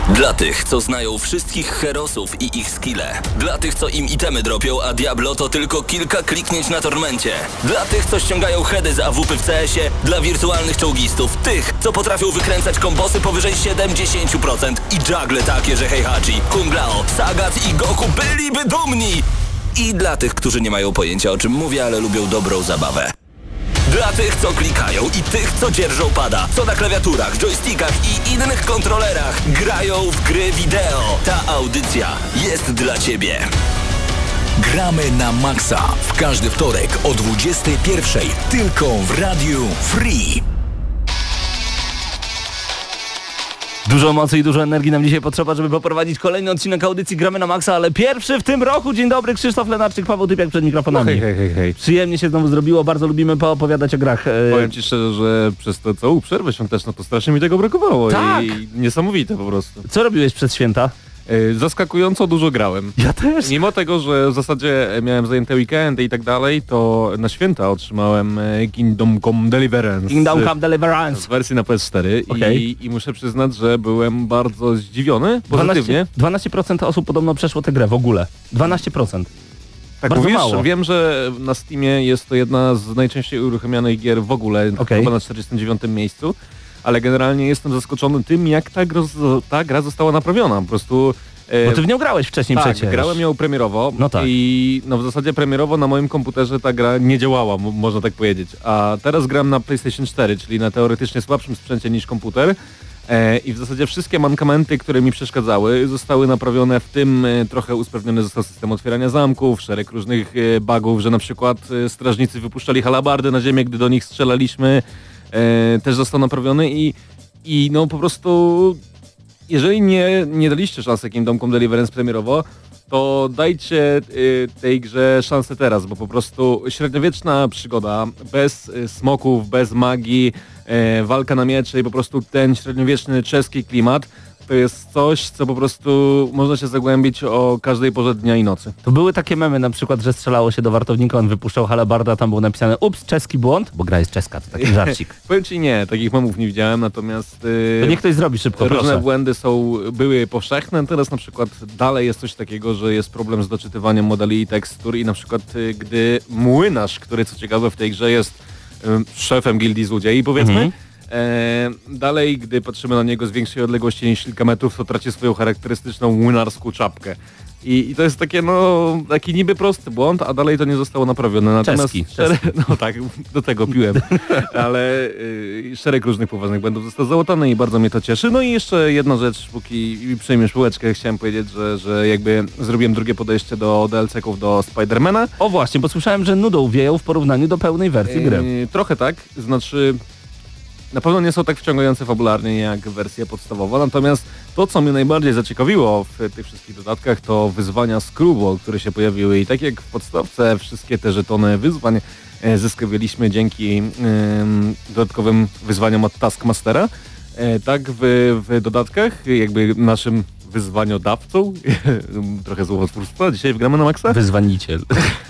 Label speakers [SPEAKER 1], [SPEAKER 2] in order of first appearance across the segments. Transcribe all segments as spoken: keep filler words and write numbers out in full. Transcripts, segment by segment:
[SPEAKER 1] Dla tych, co znają wszystkich herosów i ich skille. Dla tych, co im itemy dropią, a Diablo to tylko kilka kliknięć na tormencie. Dla tych, co ściągają heady z A W P w C S ie. Dla wirtualnych czołgistów. Tych, co potrafią wykręcać kombosy powyżej siedemdziesiąt procent. I juggle takie, że Heihachi, Kung Lao, Sagat i Goku byliby dumni. I dla tych, którzy nie mają pojęcia, o czym mówię, ale lubią dobrą zabawę. Dla tych, co klikają i tych, co dzierżą pada, co na klawiaturach, joystickach i innych kontrolerach grają w gry wideo. Ta audycja jest dla Ciebie.
[SPEAKER 2] Gramy na maksa w każdy wtorek o dwudziestej pierwszej tylko w Radiu Free.
[SPEAKER 3] Dużo mocy i dużo energii nam dzisiaj potrzeba, żeby poprowadzić kolejny odcinek audycji Gramy na Maxa, ale pierwszy w tym roku. Dzień dobry, Krzysztof Lenarczyk, Paweł Typiak przed mikrofonami.
[SPEAKER 4] No hej, hej, hej, hej.
[SPEAKER 3] Przyjemnie się znowu zrobiło, bardzo lubimy poopowiadać o grach.
[SPEAKER 4] Powiem Ci szczerze, że przez to całą przerwę świąteczną to strasznie mi tego brakowało.
[SPEAKER 3] Tak.
[SPEAKER 4] I niesamowite po prostu.
[SPEAKER 3] Co robiłeś przed święta?
[SPEAKER 4] Zaskakująco dużo grałem.
[SPEAKER 3] Ja też.
[SPEAKER 4] Mimo tego, że w zasadzie miałem zajęte weekendy i tak dalej, to na święta otrzymałem Kingdom Come Deliverance.
[SPEAKER 3] Kingdom Come Deliverance.
[SPEAKER 4] W wersji na P S cztery
[SPEAKER 3] okay.
[SPEAKER 4] I, i muszę przyznać, że byłem bardzo zdziwiony, pozytywnie.
[SPEAKER 3] dwanaście procent osób podobno przeszło tę grę w ogóle. dwanaście procent.
[SPEAKER 4] Tak,
[SPEAKER 3] bardzo
[SPEAKER 4] mówisz,
[SPEAKER 3] mało.
[SPEAKER 4] Wiem, że na Steamie jest to jedna z najczęściej uruchamianych gier w ogóle,
[SPEAKER 3] okay.
[SPEAKER 4] chyba na czterdziestym dziewiątym miejscu. Ale generalnie jestem zaskoczony tym, jak ta gra, ta gra została naprawiona. Po prostu...
[SPEAKER 3] Bo ty w nią grałeś wcześniej
[SPEAKER 4] tak,
[SPEAKER 3] przecież.
[SPEAKER 4] grałem ją premierowo
[SPEAKER 3] no tak.
[SPEAKER 4] i no w zasadzie premierowo na moim komputerze ta gra nie działała, można tak powiedzieć. A teraz gram na PlayStation cztery, czyli na teoretycznie słabszym sprzęcie niż komputer. E, I w zasadzie wszystkie mankamenty, które mi przeszkadzały, zostały naprawione, w tym e, trochę usprawniony został system otwierania zamków, szereg różnych e, bugów, że na przykład e, strażnicy wypuszczali halabardy na ziemię, gdy do nich strzelaliśmy. E, też został naprawiony i, i no po prostu jeżeli nie, nie daliście szansy Kingdom Come Deliverance premierowo, to dajcie y, tej grze szansę teraz, bo po prostu średniowieczna przygoda, bez y, smoków, bez magii, y, walka na miecze i po prostu ten średniowieczny czeski klimat, to jest coś, co po prostu można się zagłębić o każdej porze dnia i nocy.
[SPEAKER 3] To były takie memy na przykład, że strzelało się do wartownika, on wypuszczał halabarda, tam było napisane ups, czeski błąd, bo gra jest czeska, to taki żarcik.
[SPEAKER 4] Powiem Ci nie, takich memów nie widziałem, natomiast... Yy,
[SPEAKER 3] to niech ktoś zrobi szybko,
[SPEAKER 4] różne
[SPEAKER 3] proszę.
[SPEAKER 4] błędy są, były powszechne, teraz na przykład dalej jest coś takiego, że jest problem z doczytywaniem modeli i tekstur i na przykład yy, gdy młynarz, który co ciekawe w tej grze jest yy, szefem gildii złodziei, powiedzmy, mhm. E, dalej, gdy patrzymy na niego z większej odległości niż kilka metrów, to traci swoją charakterystyczną młynarską czapkę. I, I to jest takie, no, taki niby prosty błąd, a dalej to nie zostało naprawione. Natomiast
[SPEAKER 3] czeski,
[SPEAKER 4] szereg, czeski. No tak, do tego piłem. Ale y, szereg różnych poważnych błędów został załatany i bardzo mnie to cieszy. No i jeszcze jedna rzecz, póki przejmiesz półeczkę, chciałem powiedzieć, że, że jakby zrobiłem drugie podejście do D L C-ków do Spidermana.
[SPEAKER 3] O właśnie, bo słyszałem, że nudą wieją w porównaniu do pełnej wersji gry.
[SPEAKER 4] Y, trochę tak, znaczy... Na pewno nie są tak wciągające fabularnie jak wersja podstawowa, natomiast to, co mnie najbardziej zaciekawiło w tych wszystkich dodatkach, to wyzwania Screwball, które się pojawiły i tak jak w podstawce wszystkie te żetony wyzwań e, zyskiwaliśmy dzięki e, dodatkowym wyzwaniom od Taskmastera, e, tak w, w dodatkach jakby naszym wyzwaniodawcą, trochę złowotwórstwa, dzisiaj wgramy na maksa.
[SPEAKER 3] Wyzwaniciel.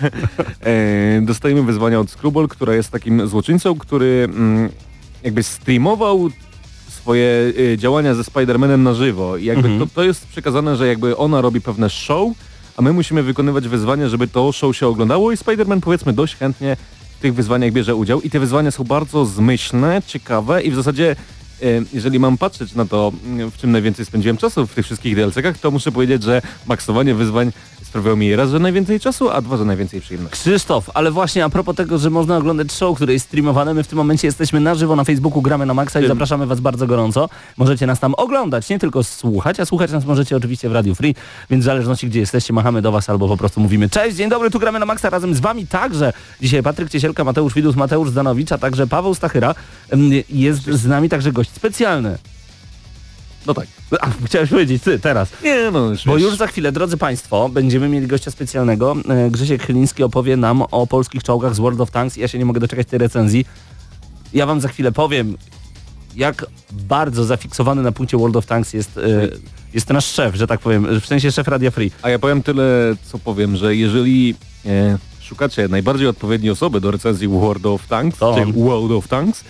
[SPEAKER 4] e, dostajemy wyzwania od Screwball, która jest takim złoczyńcą, który... Mm, jakby streamował swoje y, działania ze Spider-Manem na żywo i jakby mhm. to, to jest przekazane, że jakby ona robi pewne show, a my musimy wykonywać wyzwania, żeby to show się oglądało i Spider-Man powiedzmy dość chętnie w tych wyzwaniach bierze udział i te wyzwania są bardzo zmyślne, ciekawe i w zasadzie y, jeżeli mam patrzeć na to, w czym najwięcej spędziłem czasu w tych wszystkich D L C-kach, to muszę powiedzieć, że maksowanie wyzwań sprawiało mi raz, że najwięcej czasu, a dwa, że najwięcej przyjemności.
[SPEAKER 3] Krzysztof, ale właśnie a propos tego, że można oglądać show, które jest streamowane, my w tym momencie jesteśmy na żywo na Facebooku Gramy na Maxa i tym. Zapraszamy Was bardzo gorąco. Możecie nas tam oglądać, nie tylko słuchać, a słuchać nas możecie oczywiście w Radio Free, więc w zależności gdzie jesteście, machamy do Was albo po prostu mówimy cześć, dzień dobry, tu Gramy na Maxa, razem z Wami także dzisiaj Patryk Ciesielka, Mateusz Widus, Mateusz Zdanowicz, a także Paweł Stachyra. Jest z nami także gość specjalny.
[SPEAKER 4] No tak.
[SPEAKER 3] A, chciałeś powiedzieć ty, teraz.
[SPEAKER 4] Nie, no już
[SPEAKER 3] Bo
[SPEAKER 4] wiesz.
[SPEAKER 3] już za chwilę, drodzy Państwo, będziemy mieli gościa specjalnego. Grzesiek Chyliński opowie nam o polskich czołgach z World of Tanks. Ja się nie mogę doczekać tej recenzji. Ja Wam za chwilę powiem, jak bardzo zafiksowany na punkcie World of Tanks jest, jest nasz szef, że tak powiem, w sensie szef Radia Free.
[SPEAKER 4] A ja powiem tyle, co powiem, że jeżeli e, szukacie najbardziej odpowiedniej osoby do recenzji World of Tanks,
[SPEAKER 3] To
[SPEAKER 4] czy
[SPEAKER 3] on.
[SPEAKER 4] World of Tanks,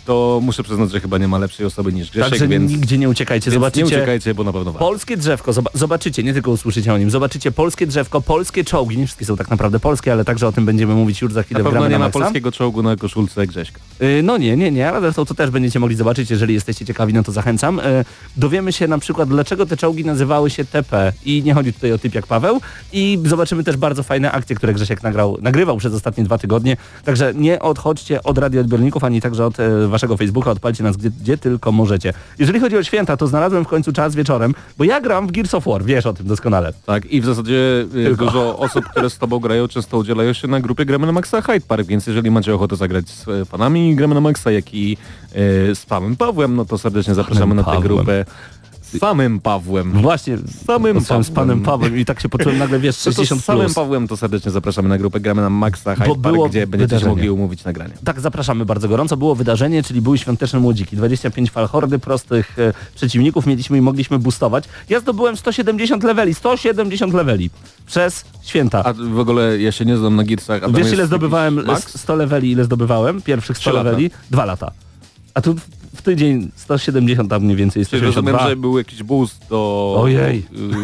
[SPEAKER 4] to muszę przyznać, że chyba nie ma lepszej osoby niż Grzesiek,
[SPEAKER 3] Także
[SPEAKER 4] więc,
[SPEAKER 3] nigdzie nie uciekajcie,
[SPEAKER 4] więc
[SPEAKER 3] zobaczycie.
[SPEAKER 4] nie uciekajcie, bo na pewno warto.
[SPEAKER 3] Polskie drzewko, zoba- zobaczycie, nie tylko usłyszycie o nim, zobaczycie polskie drzewko, polskie czołgi, nie wszystkie są tak naprawdę polskie, ale także o tym będziemy mówić już za chwilę
[SPEAKER 4] Na
[SPEAKER 3] w
[SPEAKER 4] pewno
[SPEAKER 3] Gramy
[SPEAKER 4] nie
[SPEAKER 3] na
[SPEAKER 4] ma
[SPEAKER 3] Maxa.
[SPEAKER 4] polskiego czołgu na koszulce Grześka.
[SPEAKER 3] Yy, no nie, nie, nie, ale zresztą to też będziecie mogli zobaczyć, jeżeli jesteście ciekawi, no to zachęcam. Yy, dowiemy się na przykład, dlaczego te czołgi nazywały się T P i nie chodzi tutaj o typ jak Paweł i zobaczymy też bardzo fajne akcje, które Grzesiek nagrał, nagrywał przez ostatnie dwa tygodnie, także nie odchodźcie od radioodbiorników, ani także od e, waszego Facebooka, odpalcie nas gdzie, gdzie tylko możecie. Jeżeli chodzi o święta, to znalazłem w końcu czas wieczorem, bo ja gram w Gears of War, wiesz o tym doskonale.
[SPEAKER 4] Tak, i w zasadzie y,
[SPEAKER 3] Tylko.
[SPEAKER 4] dużo osób, które z tobą grają, często udzielają się na grupie Gramy na Maxa Hyde Park, więc jeżeli macie ochotę zagrać z e, fanami Gramy na Maxa, jak i e, z panem Pawłem, no to serdecznie zapraszamy na tę
[SPEAKER 3] Pawłem.
[SPEAKER 4] grupę. Z samym Pawłem.
[SPEAKER 3] Właśnie,
[SPEAKER 4] Z samym
[SPEAKER 3] z, z panem Pawłem i tak się poczułem nagle, wiesz,
[SPEAKER 4] No to
[SPEAKER 3] sześćdziesiąt
[SPEAKER 4] z samym
[SPEAKER 3] plus.
[SPEAKER 4] Pawłem to serdecznie zapraszamy na grupę Gramy na Maxa Hyde
[SPEAKER 3] Bo
[SPEAKER 4] Park,
[SPEAKER 3] było
[SPEAKER 4] gdzie będziecie
[SPEAKER 3] wydarzenie.
[SPEAKER 4] mogli umówić nagranie.
[SPEAKER 3] Tak, zapraszamy bardzo gorąco. Było wydarzenie, czyli były świąteczne młodziki. dwadzieścia pięć fal hordy prostych e, przeciwników mieliśmy i mogliśmy boostować. Ja zdobyłem sto siedemdziesiąt leveli, sto siedemdziesiąt leveli przez święta.
[SPEAKER 4] A w ogóle ja się nie znam na Gearsach. A tam
[SPEAKER 3] Wiesz
[SPEAKER 4] jest
[SPEAKER 3] ile zdobywałem,
[SPEAKER 4] jakiś max?
[SPEAKER 3] sto leveli, ile zdobywałem? Pierwszych sto
[SPEAKER 4] Trzy lata.
[SPEAKER 3] leveli? Dwa lata. A tu w- w tydzień sto siedemdziesiąt tam mniej więcej, sto
[SPEAKER 4] Czyli rozumiem,
[SPEAKER 3] siedemdziesiąt dwa.
[SPEAKER 4] że był jakiś boost do
[SPEAKER 3] Ojej.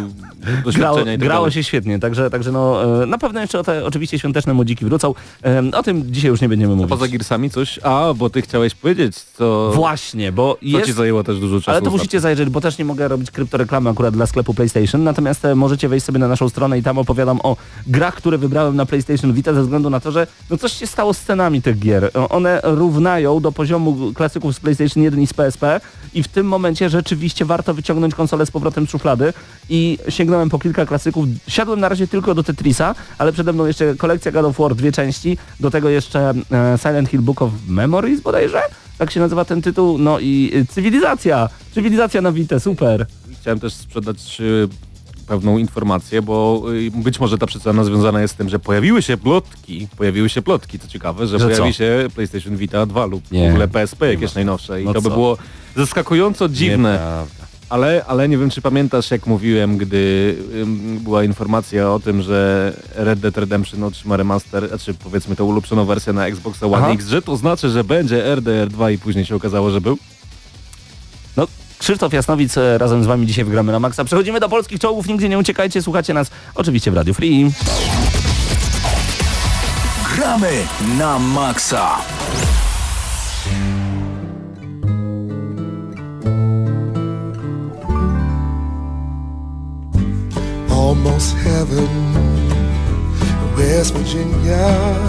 [SPEAKER 4] y, doświadczenia
[SPEAKER 3] Grało,
[SPEAKER 4] i tak
[SPEAKER 3] grało
[SPEAKER 4] dalej.
[SPEAKER 3] się świetnie, także, także no, e, na pewno jeszcze o te oczywiście świąteczne młodziki wrócą. E, o tym dzisiaj już nie będziemy
[SPEAKER 4] A
[SPEAKER 3] mówić.
[SPEAKER 4] poza Gearsami coś? A, bo ty chciałeś powiedzieć, co,
[SPEAKER 3] Właśnie, bo
[SPEAKER 4] co
[SPEAKER 3] jest...
[SPEAKER 4] ci zajęło też dużo czasu.
[SPEAKER 3] Ale to
[SPEAKER 4] ostatnio.
[SPEAKER 3] musicie zajrzeć, bo też nie mogę robić kryptoreklamy akurat dla sklepu PlayStation, natomiast e, możecie wejść sobie na naszą stronę i tam opowiadam o grach, które wybrałem na PlayStation Vita ze względu na to, że no coś się stało z cenami tych gier. O, One równają do poziomu klasyków z PlayStation jeden i z P S P i w tym momencie rzeczywiście warto wyciągnąć konsolę z powrotem z szuflady i sięgnąłem po kilka klasyków. Siadłem na razie tylko do Tetrisa, ale przede mną jeszcze kolekcja God of War, dwie części, do tego jeszcze e, Silent Hill Book of Memories bodajże? Tak się nazywa ten tytuł, no i y, Cywilizacja, Cywilizacja na Vita, super.
[SPEAKER 4] Chciałem też sprzedać y, pewną informację, bo y, być może ta przecena związana jest z tym, że pojawiły się plotki, pojawiły się plotki, co ciekawe, że,
[SPEAKER 3] Że
[SPEAKER 4] pojawi
[SPEAKER 3] co?
[SPEAKER 4] się PlayStation Vita dwa lub
[SPEAKER 3] Nie.
[SPEAKER 4] w ogóle P S P jakieś najnowsze i
[SPEAKER 3] No
[SPEAKER 4] to by
[SPEAKER 3] co?
[SPEAKER 4] było zaskakująco dziwne.
[SPEAKER 3] Nieprawda.
[SPEAKER 4] Ale, ale nie wiem, czy pamiętasz, jak mówiłem, gdy ym, była informacja o tym, że Red Dead Redemption otrzyma remaster, znaczy powiedzmy tą ulepszoną wersję na Xboxa One
[SPEAKER 3] Aha.
[SPEAKER 4] X, że to znaczy, że będzie R D R dwa i później się okazało, że był.
[SPEAKER 3] No, Krzysztof Jasnowic e, razem z wami dzisiaj wygramy na maksa. Przechodzimy do polskich czołgów, nigdzie nie uciekajcie, słuchacie nas oczywiście w Radio Free.
[SPEAKER 2] Gramy na maksa.
[SPEAKER 5] Almost heaven, West Virginia,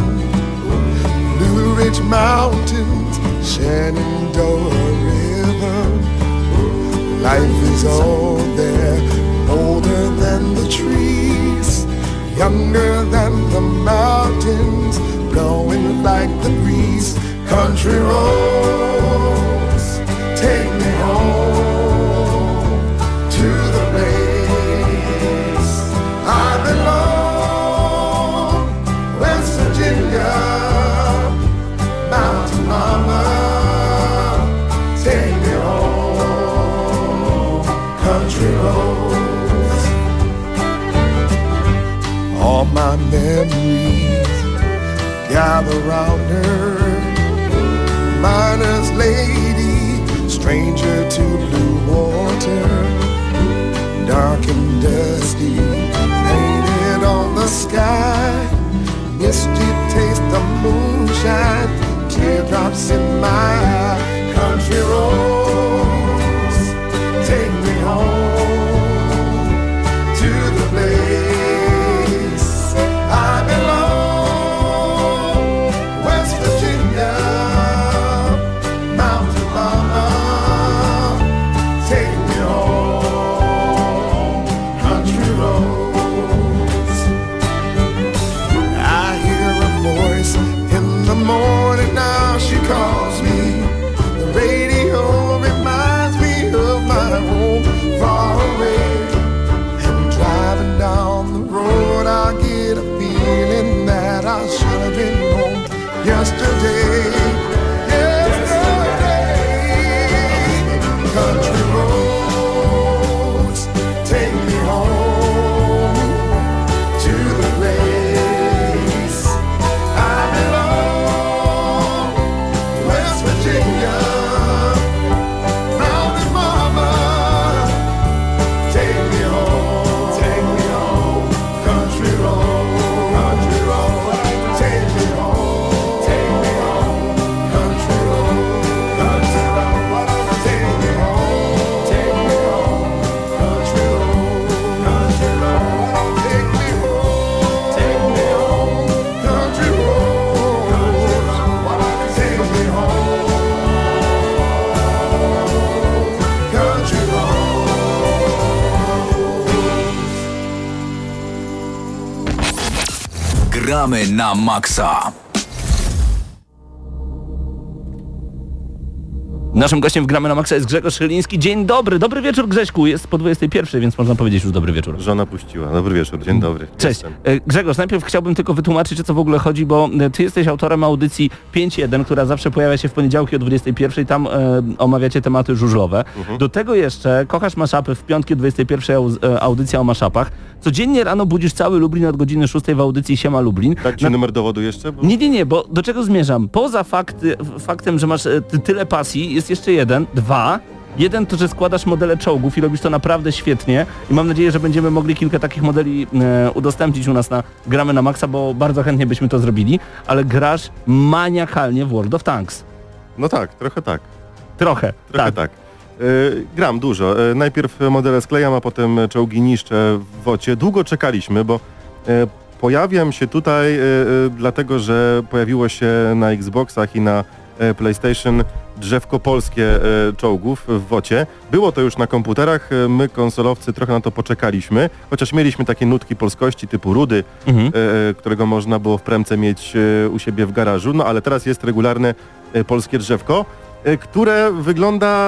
[SPEAKER 5] Blue Ridge Mountains, Shenandoah River. Life is all there, older than the trees, younger than the mountains, blowing like the breeze. Country roads, take me home to the place I belong. West Virginia, Mountain Mama, take me home. Country roads, all my memories gather round her. Miner's lady, stranger to blue water, dark and dusty, painted on the sky, misty taste of moonshine, teardrops in my eye. Country roads, take me home to the place I belong. West Virginia, Mountain Mama, take me home. Country roads, I hear a voice in the morning now, she calls me. The radio reminds me of my home. From
[SPEAKER 2] Gramy na maksa.
[SPEAKER 3] Naszym gościem w Gramy na Maxa jest Grzegorz Chyliński. Dzień dobry, dobry wieczór Grześku. Jest po dwudziestej pierwszej, więc można powiedzieć już dobry wieczór.
[SPEAKER 6] Żona puściła. Dobry wieczór, dzień dobry.
[SPEAKER 3] Cześć.
[SPEAKER 6] Jestem.
[SPEAKER 3] E, Grzegorz, najpierw chciałbym tylko wytłumaczyć, o co w ogóle chodzi, bo e, ty jesteś autorem audycji pięć jeden, która zawsze pojawia się w poniedziałki o dwudziestej pierwszej. Tam e, omawiacie tematy żużlowe. Mhm. Do tego jeszcze kochasz maszapy w piątki o dwudziestej pierwszej au, e, audycja o maszapach. Codziennie rano budzisz cały Lublin od godziny szóstej w audycji Siema Lublin.
[SPEAKER 6] Tak, ci
[SPEAKER 3] Na...
[SPEAKER 6] numer dowodu jeszcze? Bo...
[SPEAKER 3] Nie, nie, nie, bo do czego zmierzam? Poza fakty, faktem, że masz e, ty, tyle pasji, jest jeszcze jeden, dwa. Jeden to, że składasz modele czołgów i robisz to naprawdę świetnie i mam nadzieję, że będziemy mogli kilka takich modeli e, udostępnić u nas na Gramy na Maxa, bo bardzo chętnie byśmy to zrobili, ale grasz maniakalnie w World of Tanks.
[SPEAKER 6] No tak, trochę tak.
[SPEAKER 3] Trochę,
[SPEAKER 6] Trochę
[SPEAKER 3] tak.
[SPEAKER 6] tak. Yy, gram dużo. Yy, najpierw modele sklejam, a potem czołgi niszczę w wocie. Długo czekaliśmy, bo yy, pojawiam się tutaj yy, yy, dlatego, że pojawiło się na Xboxach i na yy, PlayStation drzewko polskie yy, czołgów w wocie. Było to już na komputerach, yy, my konsolowcy trochę na to poczekaliśmy, chociaż mieliśmy takie nutki polskości typu Rudy,
[SPEAKER 3] Mhm.
[SPEAKER 6] yy, którego można było w premce mieć yy, u siebie w garażu, no ale teraz jest regularne yy, polskie drzewko, yy, które wygląda...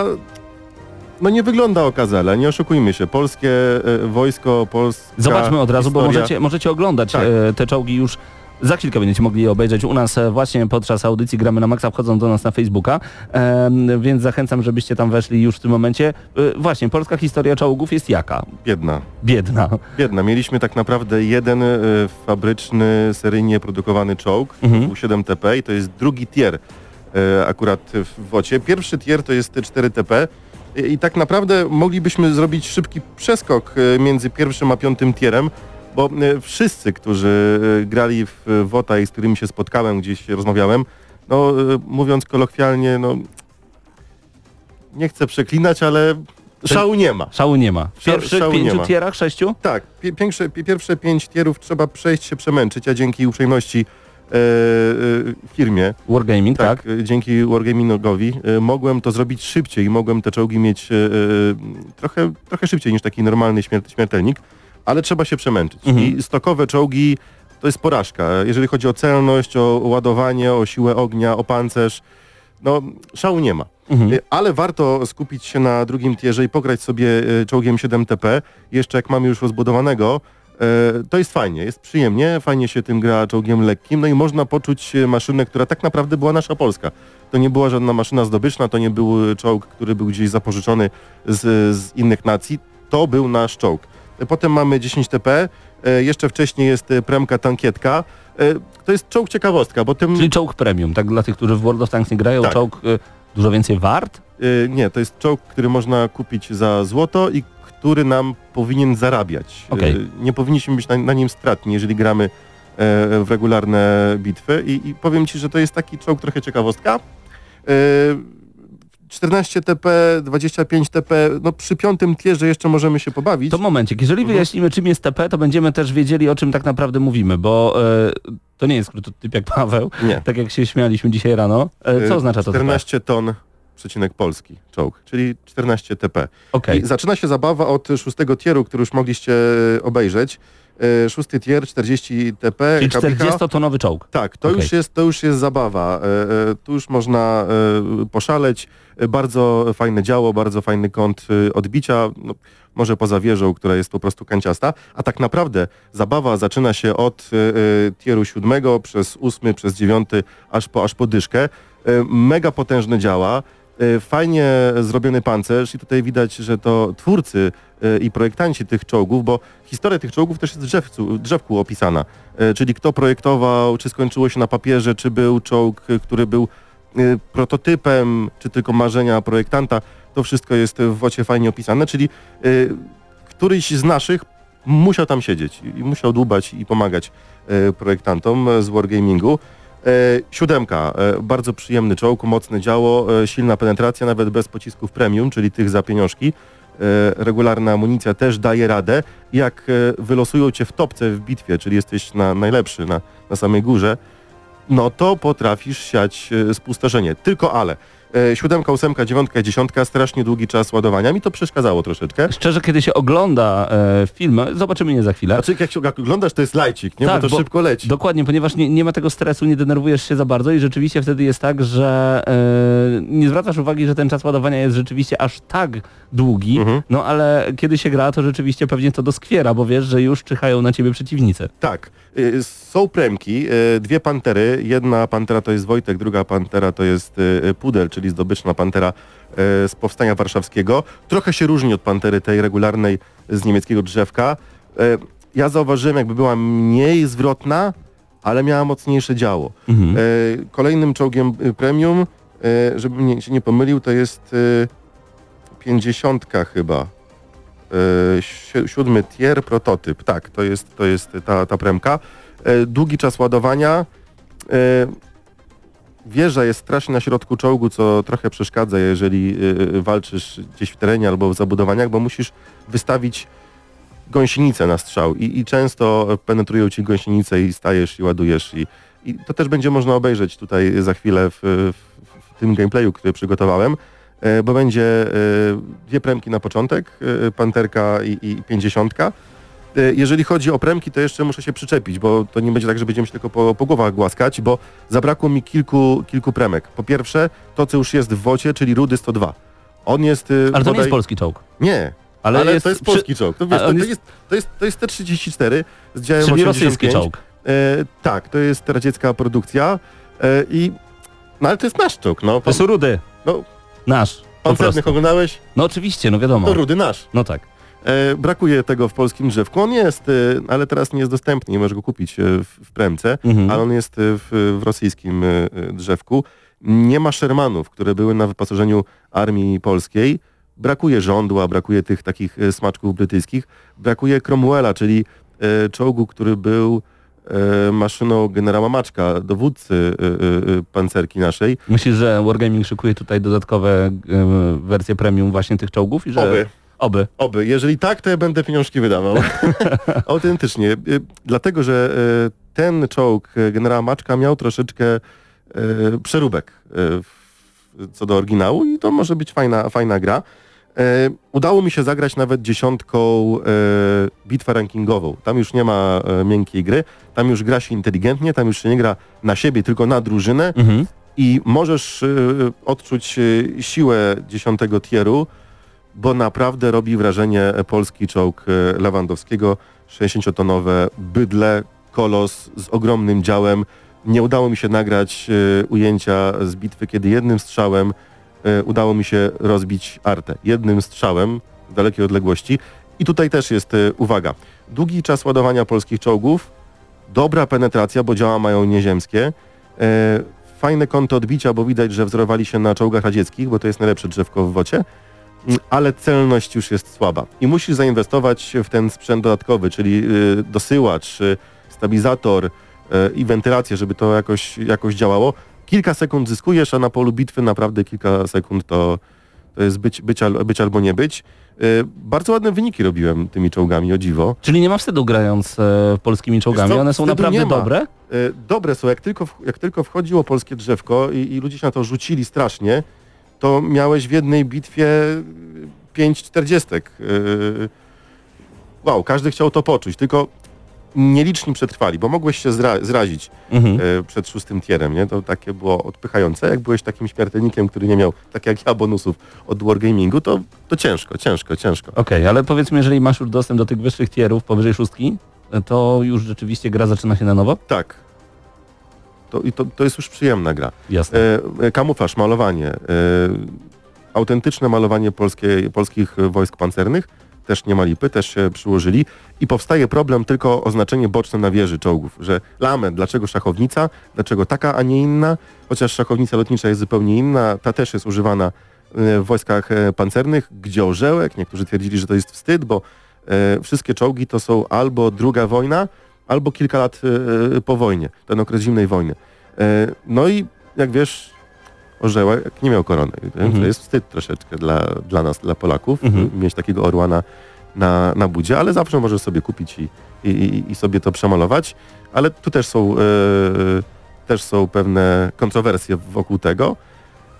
[SPEAKER 6] No nie wygląda okazale, nie oszukujmy się. Polskie e, wojsko, polska
[SPEAKER 3] Zobaczmy od razu,
[SPEAKER 6] historia.
[SPEAKER 3] bo możecie, możecie oglądać
[SPEAKER 6] Tak.
[SPEAKER 3] e, te czołgi już. Za chwilkę będziecie mogli je obejrzeć u nas e, właśnie podczas audycji Gramy na Maxa, wchodząc do nas na Facebooka, e, więc zachęcam, żebyście tam weszli już w tym momencie. E, właśnie, polska historia czołgów jest jaka?
[SPEAKER 6] Biedna.
[SPEAKER 3] Biedna.
[SPEAKER 6] Biedna. Mieliśmy tak naprawdę jeden e, fabryczny, seryjnie produkowany czołg,
[SPEAKER 3] Mhm.
[SPEAKER 6] U siedem T P i to jest drugi tier e, akurat w wocie. Pierwszy tier to jest cztery T P i, i tak naprawdę moglibyśmy zrobić szybki przeskok e, między pierwszym a piątym tierem, bo e, wszyscy, którzy e, grali w WOTA i z którymi się spotkałem, gdzieś rozmawiałem, no e, mówiąc kolokwialnie, no nie chcę przeklinać, ale szału nie ma.
[SPEAKER 3] Szału nie ma. W
[SPEAKER 6] Szał-
[SPEAKER 3] pierwszych
[SPEAKER 6] szału nie
[SPEAKER 3] pięciu
[SPEAKER 6] ma.
[SPEAKER 3] tierach, sześciu?
[SPEAKER 6] Tak, pie- pierwsze, pie- pierwsze pięć tierów trzeba przejść się przemęczyć, a dzięki uprzejmości e, e, firmie,
[SPEAKER 3] Wargaming, tak?
[SPEAKER 6] tak, e, dzięki Wargamingowi e, mogłem to zrobić szybciej i mogłem te czołgi mieć e, e, trochę, trochę szybciej niż taki normalny śmier- śmiertelnik, ale trzeba się przemęczyć.
[SPEAKER 3] Mhm.
[SPEAKER 6] I stokowe czołgi to jest porażka. Jeżeli chodzi o celność, o ładowanie, o siłę ognia, o pancerz, no szału nie ma.
[SPEAKER 3] Mhm.
[SPEAKER 6] Y, Ale warto skupić się na drugim tierze i pograć sobie y, czołgiem siedem T P. Jeszcze jak mamy już rozbudowanego, y, to jest fajnie, jest przyjemnie, fajnie się tym gra czołgiem lekkim, no i można poczuć y, maszynę, która tak naprawdę była nasza polska. To nie była żadna maszyna zdobyczna, to nie był czołg, który był gdzieś zapożyczony z, z innych nacji, to był nasz czołg. Y, Potem mamy dziesięć T P, y, jeszcze wcześniej jest y, premka tankietka. Y, To jest czołg ciekawostka, bo tym...
[SPEAKER 3] Czyli czołg premium, tak dla tych, którzy w World of Tanks nie grają,
[SPEAKER 6] Tak.
[SPEAKER 3] czołg y, dużo więcej wart?
[SPEAKER 6] Y, nie, to jest czołg, który można kupić za złoto i który nam powinien zarabiać.
[SPEAKER 3] Okej.
[SPEAKER 6] Y, nie powinniśmy być na, na nim stratni, jeżeli gramy e, w regularne bitwy i, i powiem Ci, że to jest taki czołg trochę ciekawostka. Y, czternaście T P, dwadzieścia pięć T P, no przy piątym tierze jeszcze możemy się pobawić.
[SPEAKER 3] To momencik, jeżeli
[SPEAKER 6] Mhm.
[SPEAKER 3] wyjaśnimy czym jest T P, to będziemy też wiedzieli o czym tak naprawdę mówimy, bo e, to nie jest skrótotyp jak Paweł,
[SPEAKER 6] Nie.
[SPEAKER 3] tak jak się śmialiśmy dzisiaj rano. E, co
[SPEAKER 6] Y,
[SPEAKER 3] oznacza to T P?
[SPEAKER 6] czternaście ton, przecinek polski czołg, czyli czternaście T P.
[SPEAKER 3] Okej.
[SPEAKER 6] I zaczyna się zabawa od szóstego tieru, który już mogliście obejrzeć. E, Szósty tier, czterdzieści T P.
[SPEAKER 3] Czyli
[SPEAKER 6] Kapicha.
[SPEAKER 3] czterdziestotonowy czołg.
[SPEAKER 6] Tak, to,
[SPEAKER 3] Okej.
[SPEAKER 6] już jest, to już jest zabawa. E, e, tu już można e, poszaleć. E, bardzo fajne działo, bardzo fajny kąt e, odbicia. No, może poza wieżą, która jest po prostu kanciasta. A tak naprawdę zabawa zaczyna się od e, e, tieru siódmego przez ósmy, przez dziewiąty, aż po, aż po dyszkę. E, mega potężne działa. E, Fajnie zrobiony pancerz i tutaj widać, że to twórcy e, i projektanci tych czołgów, bo historia tych czołgów też jest w drzewcu, drzewku opisana. E, Czyli kto projektował, czy skończyło się na papierze, czy był czołg, e, który był e, prototypem, czy tylko marzenia projektanta. To wszystko jest w wocie fajnie opisane, czyli e, któryś z naszych musiał tam siedzieć i musiał dłubać i pomagać e, projektantom z Wargamingu. E, siódemka, e, bardzo przyjemny czołg, mocne działo, e, silna penetracja, nawet bez pocisków premium, czyli tych za pieniążki. E, regularna amunicja też daje radę. Jak e, wylosują cię w topce w bitwie, czyli jesteś na, najlepszy na, na samej górze, no to potrafisz siać e, spustoszenie. Tylko ale, E, siódemka, ósemka, dziewiątka, dziesiątka, strasznie długi czas ładowania. Mi to przeszkadzało troszeczkę.
[SPEAKER 3] Szczerze, kiedy się ogląda e, film, zobaczymy je za chwilę.
[SPEAKER 6] Znaczy jak się jak oglądasz, to jest lajcik, nie?
[SPEAKER 3] Tak,
[SPEAKER 6] bo to
[SPEAKER 3] bo-
[SPEAKER 6] szybko leci.
[SPEAKER 3] Dokładnie, ponieważ nie, nie ma tego stresu, nie denerwujesz się za bardzo i rzeczywiście wtedy jest tak, że e, nie zwracasz uwagi, że ten czas ładowania jest rzeczywiście aż tak długi,
[SPEAKER 6] Mhm.
[SPEAKER 3] no ale kiedy się gra, to rzeczywiście pewnie to doskwiera, bo wiesz, że już czyhają na ciebie przeciwnicy.
[SPEAKER 6] Tak. Y, Są premki, y, dwie pantery. Jedna pantera to jest Wojtek, druga pantera to jest y, Pudel, czyli zdobyczna pantera y, z Powstania Warszawskiego. Trochę się różni od pantery tej regularnej z niemieckiego drzewka. Y, Ja zauważyłem, jakby była mniej zwrotna, ale miała mocniejsze działo.
[SPEAKER 3] Mhm.
[SPEAKER 6] Y, Kolejnym czołgiem y, premium, y, żebym nie, się nie pomylił, to jest y, pięćdziesiątka chyba. Y, si- Siódmy tier, prototyp. Tak, to jest, to jest ta, ta premka. Y, Długi czas ładowania. Y, Wieża jest strasznie na środku czołgu, co trochę przeszkadza, jeżeli y, walczysz gdzieś w terenie albo w zabudowaniach, bo musisz wystawić gąsienicę na strzał i, i często penetrują ci gąsienice i stajesz i ładujesz i, i to też będzie można obejrzeć tutaj za chwilę w, w, w tym gameplayu, który przygotowałem, e, bo będzie e, dwie premki na początek, e, panterka i, i pięćdziesiątka. E, jeżeli chodzi o premki, to jeszcze muszę się przyczepić, bo to nie będzie tak, że będziemy się tylko po, po głowach głaskać, bo zabrakło mi kilku, kilku premek. Po pierwsze, to co już jest w wocie, czyli Rudy sto dwa. On jest... e,
[SPEAKER 3] Ale to nie
[SPEAKER 6] bodaj-
[SPEAKER 3] jest polski czołg.
[SPEAKER 6] Nie,
[SPEAKER 3] Ale,
[SPEAKER 6] ale,
[SPEAKER 3] jest,
[SPEAKER 6] to jest
[SPEAKER 3] przy-
[SPEAKER 6] polski czołg. To, wiesz,
[SPEAKER 3] a
[SPEAKER 6] to,
[SPEAKER 3] on
[SPEAKER 6] to,
[SPEAKER 3] jest-
[SPEAKER 6] jest, to, jest, to jest T trzydzieści cztery z działem
[SPEAKER 3] czyli
[SPEAKER 6] osiemdziesiąt
[SPEAKER 3] rosyjski
[SPEAKER 6] pięć.
[SPEAKER 3] czołg.
[SPEAKER 6] E, tak, to jest radziecka produkcja e, i... No ale to jest nasz czołg, no.
[SPEAKER 3] To są rudy.
[SPEAKER 6] No,
[SPEAKER 3] Nasz. Po
[SPEAKER 6] pancernych
[SPEAKER 3] prostu.
[SPEAKER 6] oglądałeś?
[SPEAKER 3] No oczywiście, no wiadomo.
[SPEAKER 6] To rudy nasz.
[SPEAKER 3] No tak.
[SPEAKER 6] E, brakuje tego w polskim drzewku. On jest, e, ale teraz nie jest dostępny, nie możesz go kupić e, w, w premce,
[SPEAKER 3] Mhm.
[SPEAKER 6] ale on jest e, w, w rosyjskim e, e, drzewku. Nie ma Shermanów, które były na wyposażeniu armii polskiej. Brakuje żądła, brakuje tych takich e, smaczków brytyjskich. Brakuje Cromwella, czyli e, czołgu, który był e, maszyną generała Maczka, dowódcy e, e, pancerki naszej.
[SPEAKER 3] Myślisz, że Wargaming szykuje tutaj dodatkowe e, wersje premium właśnie tych czołgów? I że...
[SPEAKER 6] Oby.
[SPEAKER 3] Oby.
[SPEAKER 6] Oby. Jeżeli tak, to ja będę pieniążki wydawał. Autentycznie. Y, Dlatego, że y, ten czołg y, generała Maczka miał troszeczkę y, przeróbek y, w- co do oryginału i to może być fajna, fajna gra. Y, Udało mi się zagrać nawet dziesiątką y, bitwę rankingową. Tam już nie ma y, miękkiej gry, tam już gra się inteligentnie, tam już się nie gra na siebie, tylko na drużynę
[SPEAKER 3] Mhm.
[SPEAKER 6] i możesz y, odczuć y, siłę dziesiątego tieru, bo naprawdę robi wrażenie polski czołg e, Lewandowskiego, sześćdziesięciotonowe bydle, kolos z ogromnym działem. Nie udało mi się nagrać e, ujęcia z bitwy, kiedy jednym strzałem e, udało mi się rozbić artę. Jednym strzałem z dalekiej odległości. I tutaj też jest e, uwaga. Długi czas ładowania polskich czołgów, dobra penetracja, bo działa mają nieziemskie. E, fajne kąty odbicia, bo widać, że wzorowali się na czołgach radzieckich, bo to jest najlepsze drzewko w wocie. Ale celność już jest słaba i musisz zainwestować w ten sprzęt dodatkowy, czyli y, dosyłacz, y, stabilizator y, i wentylację, żeby to jakoś, jakoś działało. Kilka sekund zyskujesz, a na polu bitwy naprawdę kilka sekund to, to jest być, być, al, być albo nie być. Y, bardzo ładne wyniki robiłem tymi czołgami, o dziwo.
[SPEAKER 3] Czyli nie ma wstydu grając e, polskimi czołgami,
[SPEAKER 6] Wiesz co,
[SPEAKER 3] one są
[SPEAKER 6] wstydu
[SPEAKER 3] naprawdę
[SPEAKER 6] nie ma.
[SPEAKER 3] dobre?
[SPEAKER 6] Y, dobre są, jak tylko, w- jak tylko wchodziło polskie drzewko i, i ludzie się na to rzucili strasznie, to miałeś w jednej bitwie pięć czterdziestek. Yy, wow, każdy chciał to poczuć, tylko nieliczni przetrwali, bo mogłeś się zra- zrazić
[SPEAKER 3] Mhm.
[SPEAKER 6] yy, przed szóstym tierem, nie? To takie było odpychające. Jak byłeś takim śmiertelnikiem, który nie miał, tak jak ja, bonusów od Wargamingu, to, to ciężko, ciężko, ciężko.
[SPEAKER 3] Okej, ale powiedzmy, jeżeli masz już dostęp do tych wyższych tierów, powyżej szóstki, to już rzeczywiście gra zaczyna się na nowo?
[SPEAKER 6] Tak. To, i to, to jest już przyjemna gra.
[SPEAKER 3] Jasne.
[SPEAKER 6] E, e, kamuflaż, malowanie, e, autentyczne malowanie polskie, polskich wojsk pancernych, też nie ma lipy, też się przyłożyli i powstaje problem tylko oznaczenie boczne na wieży czołgów, że lament, dlaczego szachownica, dlaczego taka, a nie inna, chociaż szachownica lotnicza jest zupełnie inna, ta też jest używana e, w wojskach e, pancernych, gdzie orzełek, niektórzy twierdzili, że to jest wstyd, bo e, wszystkie czołgi to są albo druga wojna, albo kilka lat e, po wojnie, ten okres zimnej wojny. E, no i jak wiesz, orzełek nie miał korony.
[SPEAKER 3] Mhm.
[SPEAKER 6] To jest wstyd troszeczkę dla, dla nas, dla Polaków,
[SPEAKER 3] Mhm.
[SPEAKER 6] mieć takiego orła na, na, na budzie, ale zawsze możesz sobie kupić i, i, i- i sobie to przemalować. Ale tu też są, e, też są pewne kontrowersje wokół tego.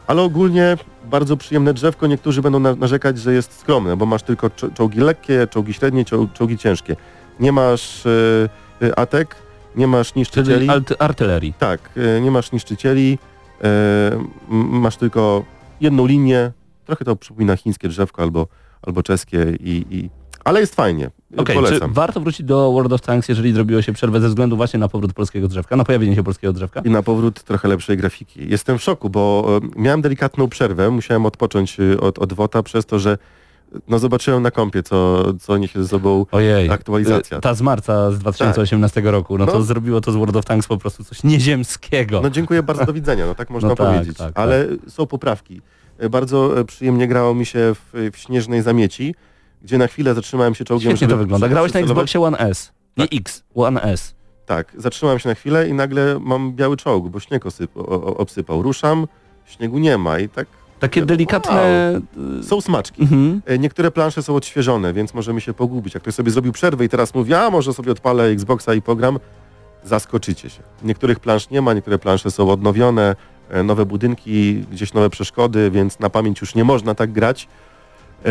[SPEAKER 6] Ale ogólnie bardzo przyjemne drzewko. Niektórzy będą na, narzekać, że jest skromne, bo masz tylko czo- czołgi lekkie, czołgi średnie, czo- czołgi ciężkie. Nie masz y, y, atek, nie masz niszczycieli.
[SPEAKER 3] Czyli arty- artylerii.
[SPEAKER 6] Tak, y, nie masz niszczycieli, y, m- masz tylko jedną linię. Trochę to przypomina chińskie drzewko albo, albo czeskie, i, i... ale jest fajnie.
[SPEAKER 3] Okej, czy
[SPEAKER 6] Polecam.
[SPEAKER 3] warto wrócić do World of Tanks, jeżeli zrobiło się przerwę ze względu właśnie na powrót polskiego drzewka, na pojawienie się polskiego drzewka?
[SPEAKER 6] I na powrót trochę lepszej grafiki. Jestem w szoku, bo e, miałem delikatną przerwę, musiałem odpocząć e, od, od WOTA przez to, że no zobaczyłem na kompie, co, co niesie ze sobą
[SPEAKER 3] Ojej,
[SPEAKER 6] aktualizacja.
[SPEAKER 3] y, ta z marca z dwa tysiące osiemnastego roku, no,
[SPEAKER 6] No.
[SPEAKER 3] to zrobiło to z World of Tanks po prostu coś nieziemskiego.
[SPEAKER 6] No dziękuję bardzo, do widzenia, no tak można
[SPEAKER 3] No tak,
[SPEAKER 6] powiedzieć.
[SPEAKER 3] tak,
[SPEAKER 6] Ale są poprawki. E, Bardzo e, przyjemnie grało mi się w, w Śnieżnej Zamieci, gdzie na chwilę zatrzymałem się czołgiem,
[SPEAKER 3] Świetnie
[SPEAKER 6] żeby
[SPEAKER 3] to wygląda. Grałeś na
[SPEAKER 6] przycelować.
[SPEAKER 3] Xboxie One S. Nie
[SPEAKER 6] Tak.
[SPEAKER 3] X, One S.
[SPEAKER 6] Tak, zatrzymałem się na chwilę i nagle mam biały czołg, bo śnieg osyp, o, o, obsypał. Ruszam, śniegu nie ma i tak
[SPEAKER 3] Takie delikatne...
[SPEAKER 6] są smaczki.
[SPEAKER 3] Mhm.
[SPEAKER 6] E, Niektóre plansze są odświeżone, więc możemy się pogubić. Jak ktoś sobie zrobił przerwę i teraz mówi, a może sobie odpalę Xboxa i pogram, zaskoczycie się. Niektórych plansz nie ma, niektóre plansze są odnowione, e, nowe budynki, gdzieś nowe przeszkody, więc na pamięć już nie można tak grać. E,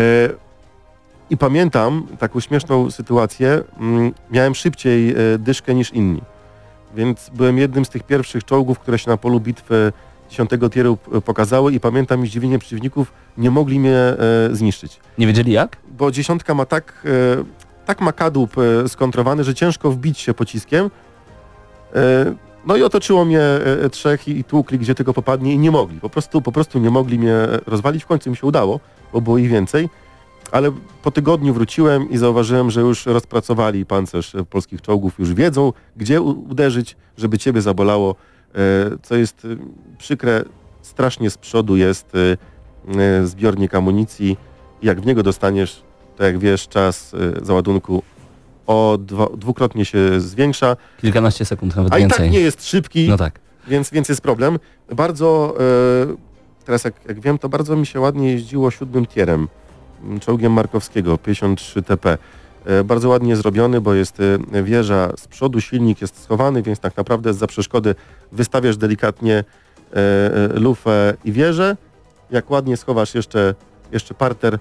[SPEAKER 6] I pamiętam taką śmieszną sytuację, mm, miałem szybciej e, dyszkę niż inni, więc byłem jednym z tych pierwszych czołgów, które się na polu bitwy dziesiątego tieru p- pokazały i pamiętam i zdziwienie przeciwników, nie mogli mnie e, zniszczyć.
[SPEAKER 3] Nie wiedzieli jak?
[SPEAKER 6] Bo dziesiątka ma tak, e, tak ma kadłub e, skontrowany, że ciężko wbić się pociskiem. E, no i otoczyło mnie e, trzech i, i tłukli gdzie tylko popadnie i nie mogli. Po prostu, po prostu nie mogli mnie rozwalić. W końcu mi się udało, bo było ich więcej. Ale po tygodniu wróciłem i zauważyłem, że już rozpracowali pancerz e, polskich czołgów, już wiedzą, gdzie u- uderzyć, żeby ciebie zabolało. E, co jest e, przykre, strasznie z przodu jest e, e, zbiornik amunicji. Jak w niego dostaniesz, to jak wiesz, czas e, załadunku o dwa, dwukrotnie się zwiększa,
[SPEAKER 3] Kilkanaście sekund, nawet
[SPEAKER 6] a i
[SPEAKER 3] więcej.
[SPEAKER 6] tak nie jest szybki,
[SPEAKER 3] No tak.
[SPEAKER 6] więc, więc jest problem. Bardzo, e, teraz jak, jak wiem, to bardzo mi się ładnie jeździło siódmym tierem, m, czołgiem Markowskiego, pięćdziesiąt trzy T P. E, bardzo ładnie zrobiony, bo jest e, wieża z przodu, silnik jest schowany, więc tak naprawdę za przeszkody wystawiasz delikatnie e, e, lufę i wieżę. Jak ładnie schowasz jeszcze, jeszcze parter,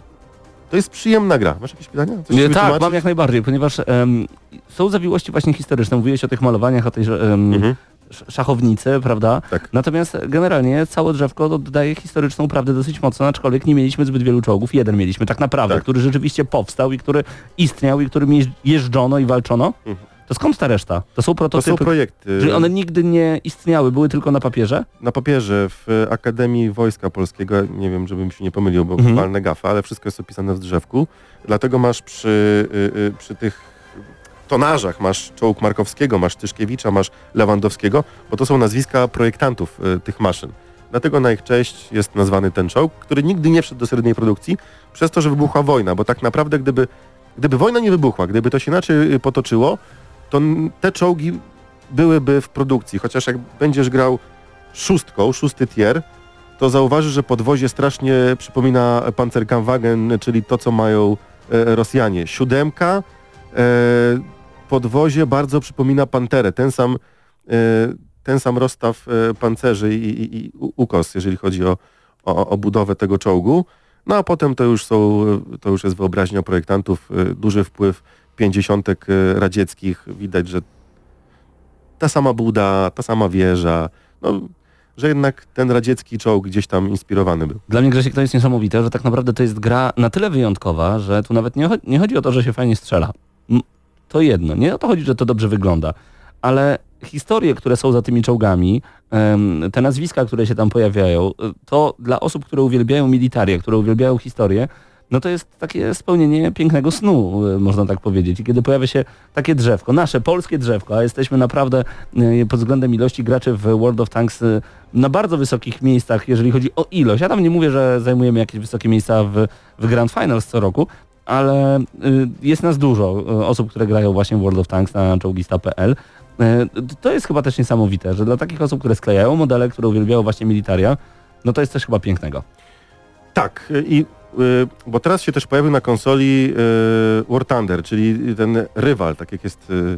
[SPEAKER 6] to jest przyjemna gra. Masz jakieś pytania? Coś
[SPEAKER 3] Nie,
[SPEAKER 6] ci
[SPEAKER 3] tak,
[SPEAKER 6] wytłumaczyć?
[SPEAKER 3] mam jak najbardziej, ponieważ em, są zawiłości właśnie historyczne. Mówiłeś o tych malowaniach, o tej em,
[SPEAKER 6] Mhm.
[SPEAKER 3] sz- szachownicy, prawda?
[SPEAKER 6] Tak.
[SPEAKER 3] Natomiast generalnie całe drzewko oddaje historyczną prawdę dosyć mocno, aczkolwiek nie mieliśmy zbyt wielu czołgów. Jeden mieliśmy tak naprawdę,
[SPEAKER 6] Tak.
[SPEAKER 3] który rzeczywiście powstał i który istniał i którym jeź- jeżdżono i walczono.
[SPEAKER 6] Mhm.
[SPEAKER 3] To skąd ta reszta? To są
[SPEAKER 6] To
[SPEAKER 3] prototypy,
[SPEAKER 6] są projekty.
[SPEAKER 3] czyli one nigdy nie istniały, były tylko na papierze?
[SPEAKER 6] Na papierze w Akademii Wojska Polskiego, nie wiem, żebym się nie pomylił, bo
[SPEAKER 3] Mhm.
[SPEAKER 6] walne gafy, ale wszystko jest opisane w drzewku. Dlatego masz przy, y, y, przy tych tonażach, masz czołg Markowskiego, masz Tyszkiewicza, masz Lewandowskiego, bo to są nazwiska projektantów y, tych maszyn. Dlatego na ich cześć jest nazwany ten czołg, który nigdy nie wszedł do seryjnej produkcji, przez to, że wybuchła wojna, bo tak naprawdę gdyby, gdyby wojna nie wybuchła, gdyby to się inaczej y, potoczyło, to n- te czołgi byłyby w produkcji, chociaż jak będziesz grał szóstką, szósty tier, to zauważysz, że podwozie strasznie przypomina Panzerkampfwagen, czyli to, co mają e, Rosjanie. Siódemka, e, podwozie bardzo przypomina Panterę, ten sam, e, ten sam rozstaw e, pancerzy i, i, i u- ukos, jeżeli chodzi o, o, o budowę tego czołgu. No a potem to już są, to już jest wyobraźnia projektantów, e, duży wpływ pięćdziesiątek e, radzieckich, widać, że ta sama buda, ta sama wieża, no, że jednak ten radziecki czołg gdzieś tam inspirowany był.
[SPEAKER 3] Dla mnie, Grzesiek, to jest niesamowite, że tak naprawdę to jest gra na tyle wyjątkowa, że tu nawet nie, cho- nie chodzi o to, że się fajnie strzela. M- To jedno. Nie o to chodzi, że to dobrze wygląda. Ale historie, które są za tymi czołgami, em, te nazwiska, które się tam pojawiają, y, to dla osób, które uwielbiają militarię, które uwielbiają historię, no to jest takie spełnienie pięknego snu, y, można tak powiedzieć. I kiedy pojawia się takie drzewko, nasze polskie drzewko, a jesteśmy naprawdę y, pod względem ilości graczy w World of Tanks y, na bardzo wysokich miejscach, jeżeli chodzi o ilość. Ja tam nie mówię, że zajmujemy jakieś wysokie miejsca w, w Grand Finals co roku, ale y, jest nas dużo y, osób, które grają właśnie w World of Tanks na czołgista kropka p l. Y, to jest chyba też niesamowite, że dla takich osób, które sklejają modele, które uwielbiają właśnie militaria, no to jest też chyba pięknego.
[SPEAKER 6] Tak, i y, bo teraz się też pojawił na konsoli y, War Thunder, czyli ten rywal, tak jak jest y, w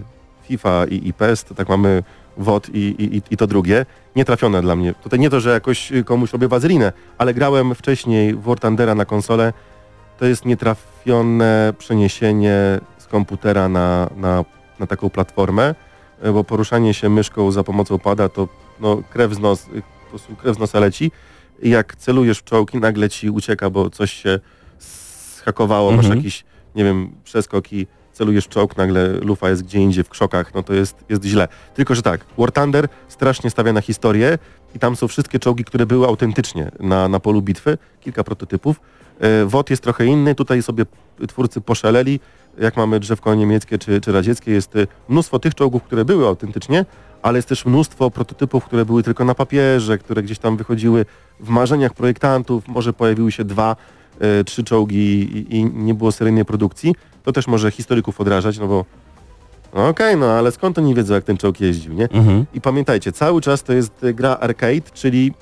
[SPEAKER 6] FIFA i, i P E S, to tak mamy W O D i, i, i to drugie. Nietrafione dla mnie. Tutaj nie to, że jakoś komuś robię wazelinę, ale grałem wcześniej w War Thundera na konsolę. To jest nietrafione przeniesienie z komputera na, na, na taką platformę, bo poruszanie się myszką za pomocą pada to no, krew z nos, po prostu krew z nosa leci. I jak celujesz w czołgi, nagle ci ucieka, bo coś się zhakowało,
[SPEAKER 3] Mhm.
[SPEAKER 6] masz jakiś, nie wiem, przeskoki, celujesz w czołg, nagle lufa jest gdzie indziej w krzokach, no to jest, jest źle. Tylko, że tak, War Thunder strasznie stawia na historię i tam są wszystkie czołgi, które były autentycznie na, na polu bitwy, kilka prototypów. E, W O D jest trochę inny, tutaj sobie twórcy poszaleli, jak mamy drzewko niemieckie czy, czy radzieckie, jest e, mnóstwo tych czołgów, które były autentycznie, ale jest też mnóstwo prototypów, które były tylko na papierze, które gdzieś tam wychodziły w marzeniach projektantów, może pojawiły się dwa, e, trzy czołgi i, i nie było seryjnej produkcji. To też może historyków odrażać, no bo no okej, okay, no ale skąd oni wiedzą, jak ten czołg jeździł, nie?
[SPEAKER 3] Mhm.
[SPEAKER 6] I pamiętajcie, cały czas to jest gra arcade, czyli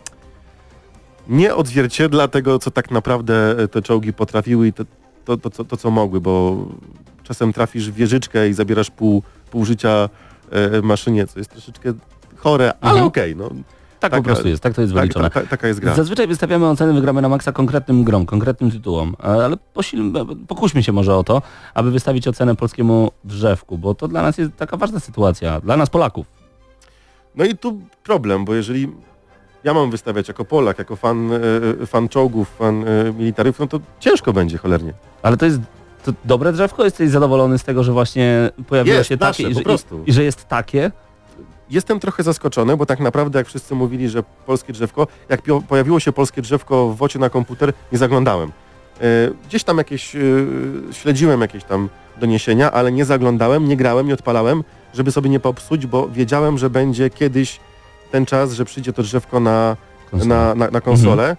[SPEAKER 6] nie odzwierciedla tego, co tak naprawdę te czołgi potrafiły i to, to, to, to, to co mogły, bo czasem trafisz w wieżyczkę i zabierasz pół, pół życia e, maszynie, co jest troszeczkę chore, ale
[SPEAKER 3] Mhm.
[SPEAKER 6] okej, okay, no.
[SPEAKER 3] Tak
[SPEAKER 6] Taka-
[SPEAKER 3] po prostu jest, tak to jest
[SPEAKER 6] Tak,
[SPEAKER 3] wyliczone.
[SPEAKER 6] ta, ta, taka jest gra.
[SPEAKER 3] Zazwyczaj wystawiamy oceny, wygramy na maksa konkretnym grom, konkretnym tytułom, ale posil, pokuśmy się może o to, aby wystawić ocenę polskiemu drzewku, bo to dla nas jest taka ważna sytuacja, dla nas Polaków.
[SPEAKER 6] No i tu problem, bo jeżeli ja mam wystawiać jako Polak, jako fan, e, fan czołgów, fan e, militarów, no to ciężko będzie cholernie.
[SPEAKER 3] Ale to jest to dobre drzewko? Jesteś zadowolony z tego, że właśnie pojawiło
[SPEAKER 6] Jest,
[SPEAKER 3] się
[SPEAKER 6] nasze,
[SPEAKER 3] takie i
[SPEAKER 6] po
[SPEAKER 3] że,
[SPEAKER 6] prostu.
[SPEAKER 3] i, i że jest takie?
[SPEAKER 6] Jestem trochę zaskoczony, bo tak naprawdę jak wszyscy mówili, że polskie drzewko, jak pio- pojawiło się polskie drzewko w wocie na komputer, nie zaglądałem. E, gdzieś tam jakieś, e, śledziłem jakieś tam doniesienia, ale nie zaglądałem, nie grałem, nie odpalałem, żeby sobie nie popsuć, bo wiedziałem, że będzie kiedyś ten czas, że przyjdzie to drzewko na, na, na, na konsolę.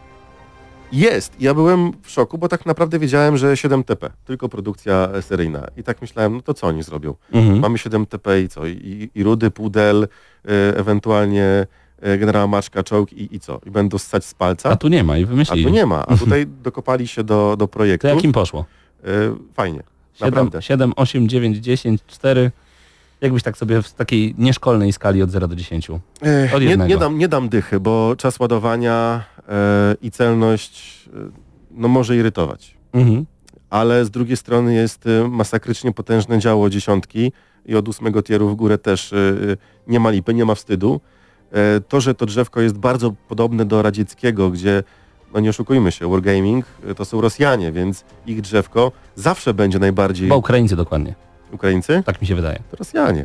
[SPEAKER 6] Jest. Ja byłem w szoku, bo tak naprawdę wiedziałem, że siedem T P, tylko produkcja seryjna. I tak myślałem, no to co oni zrobią?
[SPEAKER 3] Mhm.
[SPEAKER 6] Mamy siedem T P i co? I, i Rudy, Pudel, e, ewentualnie e, generała Maczka, czołg i, i co? I będą ssać z palca?
[SPEAKER 3] A tu nie ma i
[SPEAKER 6] A
[SPEAKER 3] wymyślili.
[SPEAKER 6] tu nie ma. A tutaj dokopali się do, do
[SPEAKER 3] To
[SPEAKER 6] projektu.
[SPEAKER 3] jak im poszło?
[SPEAKER 6] E, fajnie.
[SPEAKER 3] siedem,
[SPEAKER 6] Naprawdę.
[SPEAKER 3] siedem, osiem, dziewięć, dziesięć, cztery. Jakbyś tak sobie w takiej nieszkolnej skali od zera do dziesięciu.
[SPEAKER 6] E,
[SPEAKER 3] Od
[SPEAKER 6] nie,
[SPEAKER 3] jednego.
[SPEAKER 6] nie, dam, nie dam dychy, bo czas ładowania e, i celność e, no może irytować.
[SPEAKER 3] Mhm.
[SPEAKER 6] Ale z drugiej strony jest e, masakrycznie potężne działo dziesiątki i od ósmego tieru w górę też e, nie ma lipy, nie ma wstydu. E, to, że to drzewko jest bardzo podobne do radzieckiego, gdzie, no nie oszukujmy się, Wargaming e, to są Rosjanie, więc ich drzewko zawsze będzie najbardziej...
[SPEAKER 3] Bo Ukraińcy dokładnie.
[SPEAKER 6] Ukraińcy?
[SPEAKER 3] Tak mi się wydaje.
[SPEAKER 6] To Rosjanie.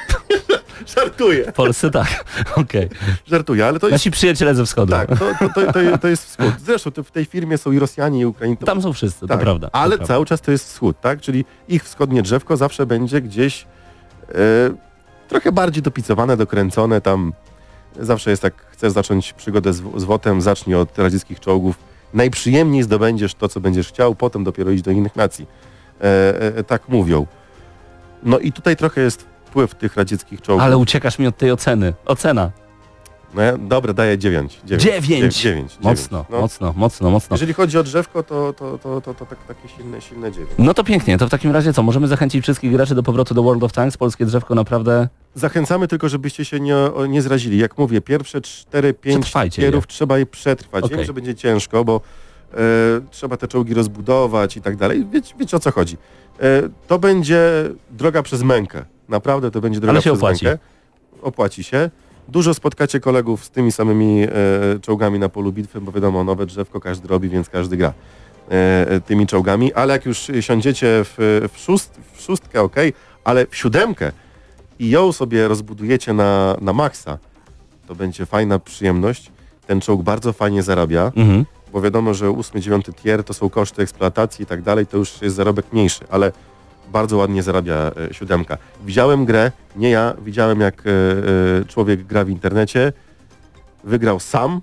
[SPEAKER 6] Żartuję,
[SPEAKER 3] W Polsce tak. Okej.
[SPEAKER 6] żartuję, ale to jest...
[SPEAKER 3] Nasi przyjaciele ze wschodu.
[SPEAKER 6] Tak, to, to, to, to, to jest wschód. Zresztą to w tej firmie są i Rosjanie, i Ukraińcy.
[SPEAKER 3] Tam są wszyscy,
[SPEAKER 6] tak,
[SPEAKER 3] to prawda. to
[SPEAKER 6] ale
[SPEAKER 3] prawda.
[SPEAKER 6] cały czas to jest wschód, tak? Czyli ich wschodnie drzewko zawsze będzie gdzieś e, trochę bardziej dopicowane, dokręcone, tam zawsze jest tak, chcesz zacząć przygodę z, z wotem, zacznij od radzieckich czołgów. Najprzyjemniej zdobędziesz to, co będziesz chciał, potem dopiero iść do innych nacji. E, e, tak mówią. No i tutaj trochę jest wpływ tych radzieckich czołgów.
[SPEAKER 3] Ale uciekasz mi od tej oceny. Ocena.
[SPEAKER 6] No ja, dobra, daję dziewięć.
[SPEAKER 3] Dziewięć!
[SPEAKER 6] dziewięć.
[SPEAKER 3] Mocno,
[SPEAKER 6] No.
[SPEAKER 3] mocno, mocno, mocno.
[SPEAKER 6] Jeżeli chodzi o drzewko, to, to, to, to, to tak, takie silne, silne dziewięć.
[SPEAKER 3] No to pięknie, to w takim razie co? Możemy zachęcić wszystkich graczy do powrotu do World of Tanks? Polskie drzewko naprawdę...
[SPEAKER 6] Zachęcamy tylko, żebyście się nie, o- nie zrazili. Jak mówię, pierwsze cztery pięć
[SPEAKER 3] Przetrwajcie
[SPEAKER 6] tierów
[SPEAKER 3] je.
[SPEAKER 6] trzeba je przetrwać.
[SPEAKER 3] Okej.
[SPEAKER 6] Wiem, że będzie ciężko, bo e, trzeba te czołgi rozbudować i tak dalej. Wiecie, wiecie o co chodzi. E, to będzie droga przez mękę. Naprawdę to będzie droga
[SPEAKER 3] Ale się
[SPEAKER 6] przez
[SPEAKER 3] opłaci.
[SPEAKER 6] mękę. Opłaci się. Dużo spotkacie kolegów z tymi samymi e, czołgami na polu bitwy, bo wiadomo, nowe drzewko każdy robi, więc każdy gra e, e, tymi czołgami. Ale jak już siądziecie w, w, szóst, w szóstkę, ok, ale w siódemkę i ją sobie rozbudujecie na, na maksa, to będzie fajna przyjemność. Ten czołg bardzo fajnie zarabia,
[SPEAKER 3] Mhm.
[SPEAKER 6] bo wiadomo, że ósmy, dziewiąty tier to są koszty eksploatacji i tak dalej, to już jest zarobek mniejszy, ale bardzo ładnie zarabia e, siódemka. Widziałem grę, nie ja, widziałem jak e, e, człowiek gra w internecie, wygrał sam,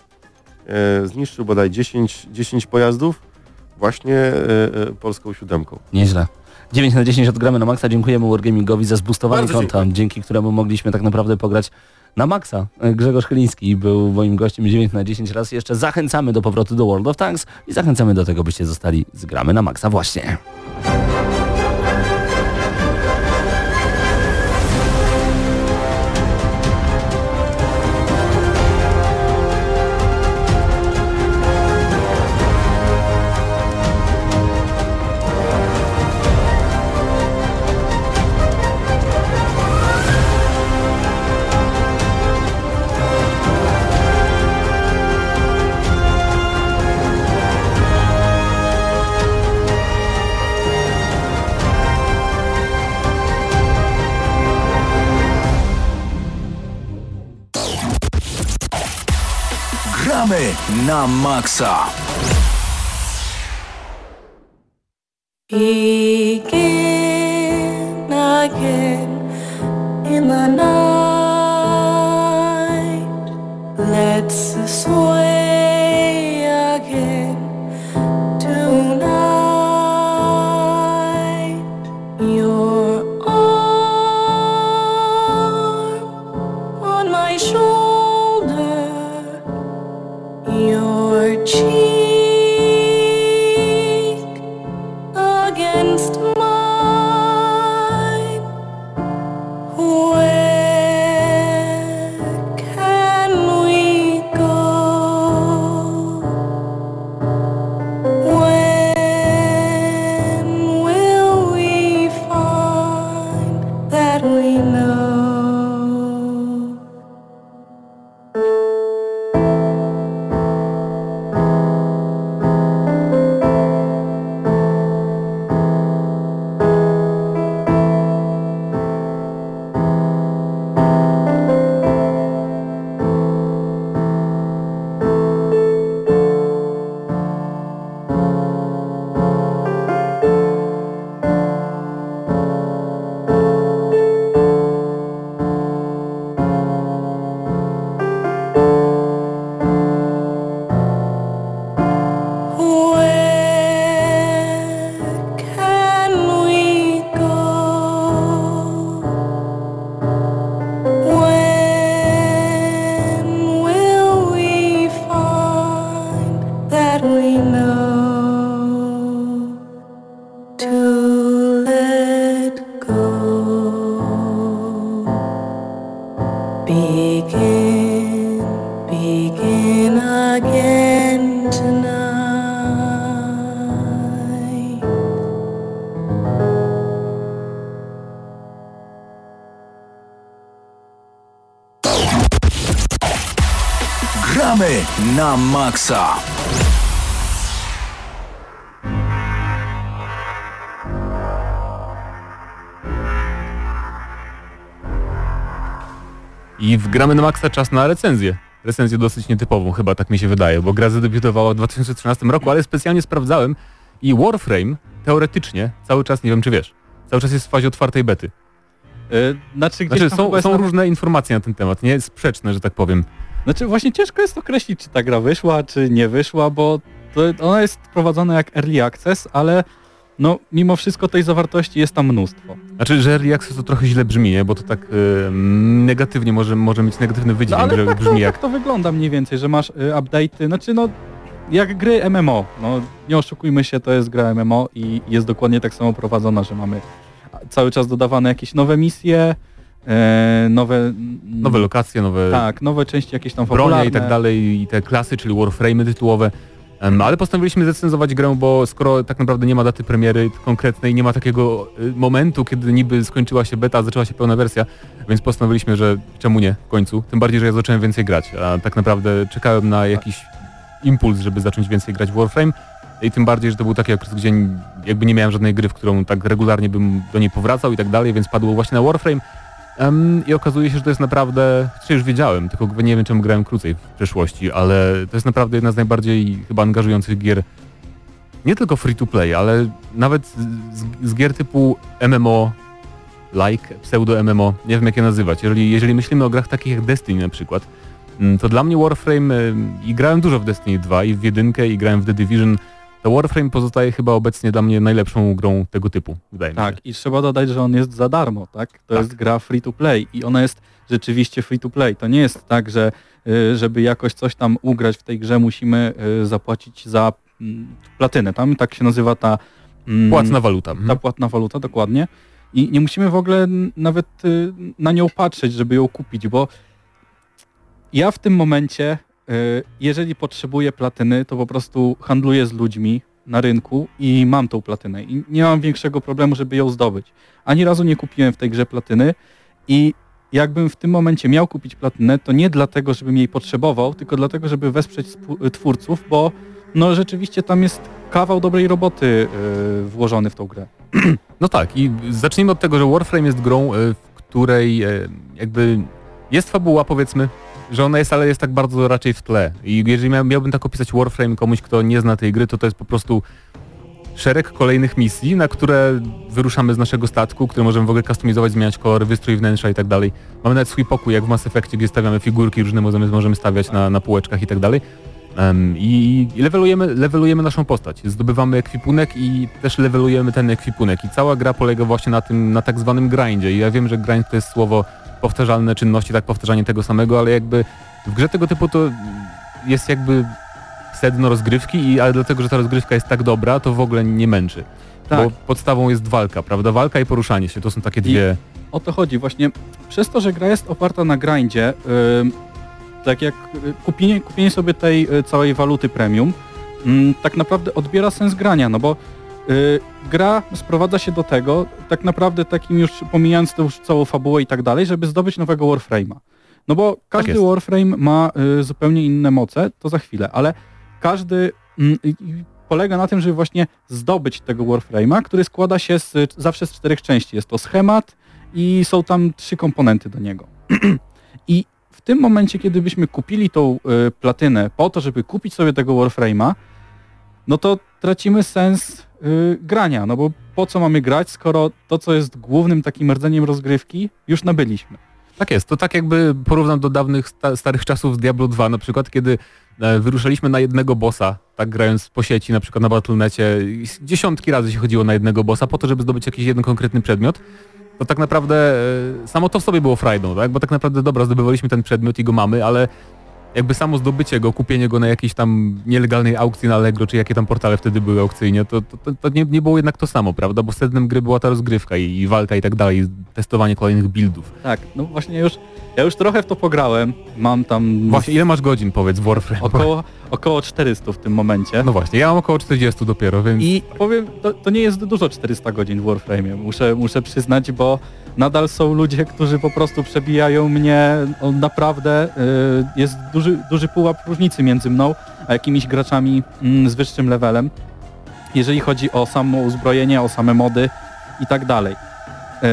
[SPEAKER 6] e, zniszczył bodaj dziesięć, dziesięć pojazdów właśnie e, e, polską siódemką.
[SPEAKER 3] Nieźle. dziewięć na dziesięć odgramy na maksa. Dziękujemy Wargamingowi za zboostowanie
[SPEAKER 6] Bardzo
[SPEAKER 3] konta,
[SPEAKER 6] dziękuję.
[SPEAKER 3] dzięki któremu mogliśmy tak naprawdę pograć na maksa. Grzegorz Chyliński był moim gościem dziewięć na dziesięć. Raz jeszcze zachęcamy do powrotu do World of Tanks i zachęcamy do tego, byście zostali z gramy na maksa właśnie.
[SPEAKER 2] Gramy na maksa.
[SPEAKER 7] Begin again in the night. Let's sway again tonight. Your arm on my shoulder, your cheek against mine. Where can we go? When will we find that we know? Begin, begin again tonight.
[SPEAKER 2] Gramy na maksa.
[SPEAKER 4] I w Gramy na maksa czas na recenzję. Recenzję dosyć nietypową, chyba tak mi się wydaje, bo gra zadebiutowała w dwa tysiące trzynastym roku, ale specjalnie sprawdzałem i Warframe teoretycznie cały czas, nie wiem czy wiesz, cały czas jest w fazie otwartej bety.
[SPEAKER 8] Yy, znaczy, gdzieś
[SPEAKER 4] Znaczy
[SPEAKER 8] tam
[SPEAKER 4] są,
[SPEAKER 8] chyba
[SPEAKER 4] są
[SPEAKER 8] jest
[SPEAKER 4] różne informacje na ten temat, nie sprzeczne, że tak powiem.
[SPEAKER 8] Znaczy właśnie ciężko jest określić, czy ta gra wyszła, czy nie wyszła, bo to, ona jest prowadzona jak early access, ale no mimo wszystko tej zawartości jest tam mnóstwo.
[SPEAKER 4] Znaczy, że Early Access to trochę źle brzmi, nie? Bo to tak yy, negatywnie może, może mieć negatywny
[SPEAKER 8] No
[SPEAKER 4] wydźwięk,
[SPEAKER 8] ale
[SPEAKER 4] że
[SPEAKER 8] tak to,
[SPEAKER 4] brzmi jak...
[SPEAKER 8] tak to wygląda mniej więcej, że masz y, update'y, znaczy no jak gry M M O, no nie oszukujmy się, to jest gra M M O i jest dokładnie tak samo prowadzona, że mamy cały czas dodawane jakieś nowe misje, e, nowe...
[SPEAKER 4] Nowe lokacje, nowe
[SPEAKER 8] Tak, nowe części jakieś tam fabularne.
[SPEAKER 4] bronie i tak dalej, i te klasy, czyli Warframe'y tytułowe. Um, ale postanowiliśmy zrecenzować grę, bo skoro tak naprawdę nie ma daty premiery konkretnej, nie ma takiego y, momentu, kiedy niby skończyła się beta, a zaczęła się pełna wersja, więc postanowiliśmy, że czemu nie w końcu. Tym bardziej, że ja zacząłem więcej grać, a tak naprawdę czekałem na jakiś impuls, żeby zacząć więcej grać w Warframe. I tym bardziej, że to był taki okres, gdzie jakby nie miałem żadnej gry, w którą tak regularnie bym do niej powracał i tak dalej, więc padło właśnie na Warframe. Um, I okazuje się, że to jest naprawdę, czy już wiedziałem, tylko nie wiem czemu grałem krócej w przeszłości, ale to jest naprawdę jedna z najbardziej chyba angażujących gier, nie tylko free to play, ale nawet z, z gier typu M M O, like, pseudo M M O, nie wiem jak je nazywać. Jeżeli, jeżeli myślimy o grach takich jak Destiny na przykład, to dla mnie Warframe, i grałem dużo w Destiny dwa i w jedynkę i grałem w The Division, to Warframe pozostaje chyba obecnie dla mnie najlepszą grą tego typu, wydaje mi się.
[SPEAKER 8] Tak, i trzeba dodać, że on jest za darmo, tak? To
[SPEAKER 4] Tak.
[SPEAKER 8] jest gra free to play i ona jest rzeczywiście free to play. To nie jest tak, że y, żeby jakoś coś tam ugrać w tej grze musimy y, zapłacić za mm, platynę. Tam tak się nazywa ta... mm,
[SPEAKER 4] Płatna waluta.
[SPEAKER 8] Ta
[SPEAKER 4] Mhm.
[SPEAKER 8] płatna waluta, dokładnie. I nie musimy w ogóle n- nawet y, na nią patrzeć, żeby ją kupić, bo ja w tym momencie, y, jeżeli potrzebuję platyny, to po prostu handluję z ludźmi na rynku i mam tą platynę. I nie mam większego problemu, żeby ją zdobyć. Ani razu nie kupiłem w tej grze platyny i jakbym w tym momencie miał kupić platynę, to nie dlatego, żebym jej potrzebował, tylko dlatego, żeby wesprzeć spu- twórców, bo no rzeczywiście tam jest kawał dobrej roboty y, włożony w tą grę.
[SPEAKER 4] No tak, i zacznijmy od tego, że Warframe jest grą, y, w której y, jakby jest fabuła, powiedzmy, że ona jest, ale jest tak bardzo raczej w tle. I jeżeli miał, miałbym tak opisać Warframe komuś, kto nie zna tej gry, to to jest po prostu szereg kolejnych misji, na które wyruszamy z naszego statku, które możemy w ogóle customizować, zmieniać kolory, wystrój wnętrza i tak dalej. Mamy nawet swój pokój, jak w Mass Effectie, gdzie stawiamy figurki różne, możemy, możemy stawiać na, na półeczkach i tak dalej. Um, I i levelujemy, levelujemy naszą postać, zdobywamy ekwipunek i też levelujemy ten ekwipunek. I cała gra polega właśnie na tym, na tak zwanym grindzie. I ja wiem, że grind to jest słowo powtarzalne czynności, tak powtarzanie tego samego, ale jakby w grze tego typu to jest jakby sedno rozgrywki, i ale dlatego, że ta rozgrywka jest tak dobra, to w ogóle nie męczy.
[SPEAKER 8] Tak.
[SPEAKER 4] Bo podstawą jest walka, prawda? Walka i poruszanie się, to są takie dwie...
[SPEAKER 8] O to chodzi właśnie. Przez to, że gra jest oparta na grindzie, yy, tak jak y, kupienie, kupienie sobie tej y, całej waluty premium, y, tak naprawdę odbiera sens grania, no bo y, gra sprowadza się do tego, tak naprawdę takim już pomijając tę już całą fabułę i tak dalej, żeby zdobyć nowego Warframe'a. No bo każdy
[SPEAKER 4] jest.
[SPEAKER 8] Warframe ma y, zupełnie inne moce, to za chwilę, ale każdy y, y, polega na tym, żeby właśnie zdobyć tego Warframe'a, który składa się z, zawsze z czterech części. Jest to schemat i są tam trzy komponenty do niego. I w tym momencie, kiedy byśmy kupili tą y, platynę po to, żeby kupić sobie tego Warframe'a, no to tracimy sens y, grania, no bo po co mamy grać, skoro to, co jest głównym takim rdzeniem rozgrywki, już nabyliśmy.
[SPEAKER 4] Tak jest, to tak jakby porównam do dawnych, sta, starych czasów z Diablo dwa na przykład, kiedy e, wyruszaliśmy na jednego bossa, tak grając po sieci, na przykład na Battle.necie, dziesiątki razy się chodziło na jednego bossa po to, żeby zdobyć jakiś jeden konkretny przedmiot, to tak naprawdę e, samo to w sobie było frajdą, tak? Bo tak naprawdę dobra, zdobywaliśmy ten przedmiot i go mamy, ale jakby samo zdobycie go, kupienie go na jakiejś tam nielegalnej aukcji na Allegro, czy jakie tam portale wtedy były aukcyjnie, to, to, to, to nie, nie było jednak to samo, prawda? Bo sednem gry była ta rozgrywka i, i walka i tak dalej, i testowanie kolejnych buildów.
[SPEAKER 8] Tak, no właśnie już, ja już trochę w to pograłem, mam tam
[SPEAKER 4] Właśnie, ile masz godzin, powiedz, w Warframe?
[SPEAKER 8] około, około czterysta w tym momencie.
[SPEAKER 4] No właśnie, ja mam około czterdzieści dopiero, więc...
[SPEAKER 8] I powiem, to, to nie jest dużo czterysta godzin w Warframe'ie, muszę, muszę przyznać, bo nadal są ludzie, którzy po prostu przebijają mnie, o, naprawdę y, jest duży, duży pułap różnicy między mną a jakimiś graczami mm, z wyższym levelem, jeżeli chodzi o samo uzbrojenie, o same mody i tak dalej. Y,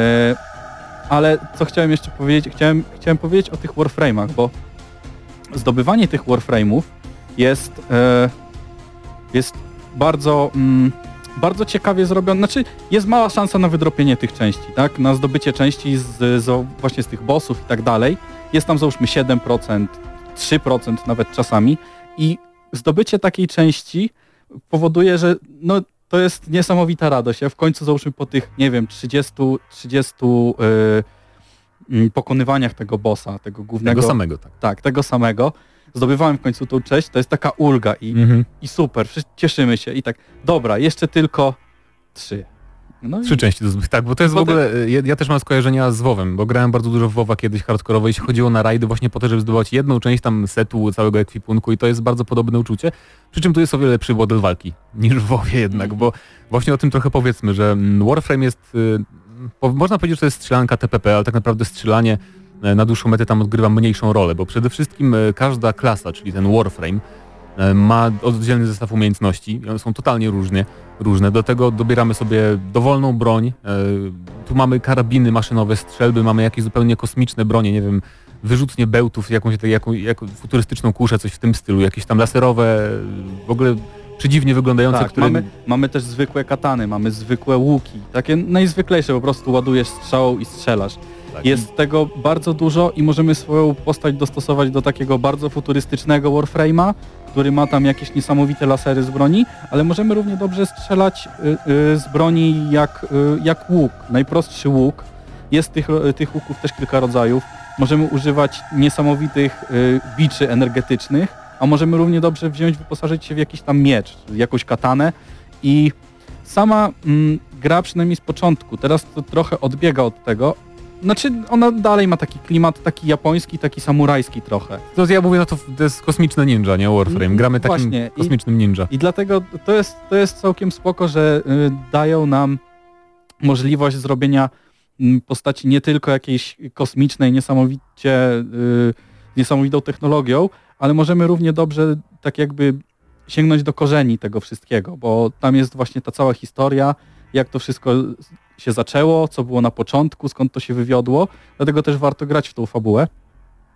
[SPEAKER 8] ale co chciałem jeszcze powiedzieć, chciałem, chciałem powiedzieć o tych Warframe'ach, bo zdobywanie tych Warframe'ów jest, y, jest bardzo... Mm, bardzo ciekawie zrobione, znaczy jest mała szansa na wydropienie tych części, tak? Na zdobycie części z, z, właśnie z tych bossów i tak dalej. Jest tam załóżmy siedem procent, trzy procent nawet czasami i zdobycie takiej części powoduje, że no, to jest niesamowita radość. Ja w końcu załóżmy po tych, nie wiem, trzydziestu, trzydziestu yy, pokonywaniach tego bossa, tego głównego.
[SPEAKER 4] Tego samego, tak.
[SPEAKER 8] Tak, tego samego. Zdobywałem w końcu tą część, to jest taka ulga i,
[SPEAKER 4] Mhm.
[SPEAKER 8] i super, cieszymy się i tak, dobra, jeszcze tylko trzy. No
[SPEAKER 4] Trzy
[SPEAKER 8] i,
[SPEAKER 4] części do zbyt, tak, bo to jest w
[SPEAKER 8] Potem-
[SPEAKER 4] ogóle, ja, ja też mam skojarzenia z WoWem, bo grałem bardzo dużo w WoWa kiedyś hardkorowo i się chodziło na rajdy właśnie po to, żeby zdobywać jedną część tam setu, całego ekwipunku i to jest bardzo podobne uczucie, przy czym tu jest o wiele lepszy model walki niż w WoWie jednak, bo właśnie o tym trochę powiedzmy, że mm, Warframe jest, y, po, można powiedzieć, że to jest strzelanka T P P, ale tak naprawdę strzelanie y, na dłuższą metę tam odgrywa mniejszą rolę, bo przede wszystkim y, każda klasa, czyli ten Warframe, ma oddzielny zestaw umiejętności, one są totalnie różnie, różne. Do tego dobieramy sobie dowolną broń. Tu mamy karabiny maszynowe, strzelby, mamy jakieś zupełnie kosmiczne bronie, nie wiem, wyrzutnie bełtów, jakąś taką jaką futurystyczną kuszę, coś w tym stylu, jakieś tam laserowe, w ogóle przedziwnie wyglądające,
[SPEAKER 8] tak,
[SPEAKER 4] które...
[SPEAKER 8] mamy, mamy też zwykłe katany, mamy zwykłe łuki, takie najzwyklejsze, po prostu ładujesz strzałą i strzelasz.
[SPEAKER 4] Tak.
[SPEAKER 8] Jest tego bardzo dużo i możemy swoją postać dostosować do takiego bardzo futurystycznego Warframe'a, który ma tam jakieś niesamowite lasery z broni, ale możemy równie dobrze strzelać y, y, z broni jak, y, jak łuk, najprostszy łuk. Jest tych, tych łuków też kilka rodzajów. Możemy używać niesamowitych y, biczy energetycznych, a możemy równie dobrze wziąć, wyposażyć się w jakiś tam miecz, jakąś katanę i sama mm, gra przynajmniej z początku, teraz to trochę odbiega od tego, znaczy ona dalej ma taki klimat taki japoński, taki samurajski trochę.
[SPEAKER 4] To ja mówię, no to, to jest kosmiczne ninja, nie Warframe. Gramy takim
[SPEAKER 8] Właśnie. I-
[SPEAKER 4] kosmicznym ninja.
[SPEAKER 8] I dlatego to jest, to jest całkiem spoko, że y, dają nam możliwość zrobienia mm, postaci nie tylko jakiejś kosmicznej, niesamowicie, y, niesamowitą technologią, ale możemy równie dobrze tak jakby sięgnąć do korzeni tego wszystkiego, bo tam jest właśnie ta cała historia, jak to wszystko się zaczęło, co było na początku, skąd to się wywiodło, dlatego też warto grać w tą fabułę.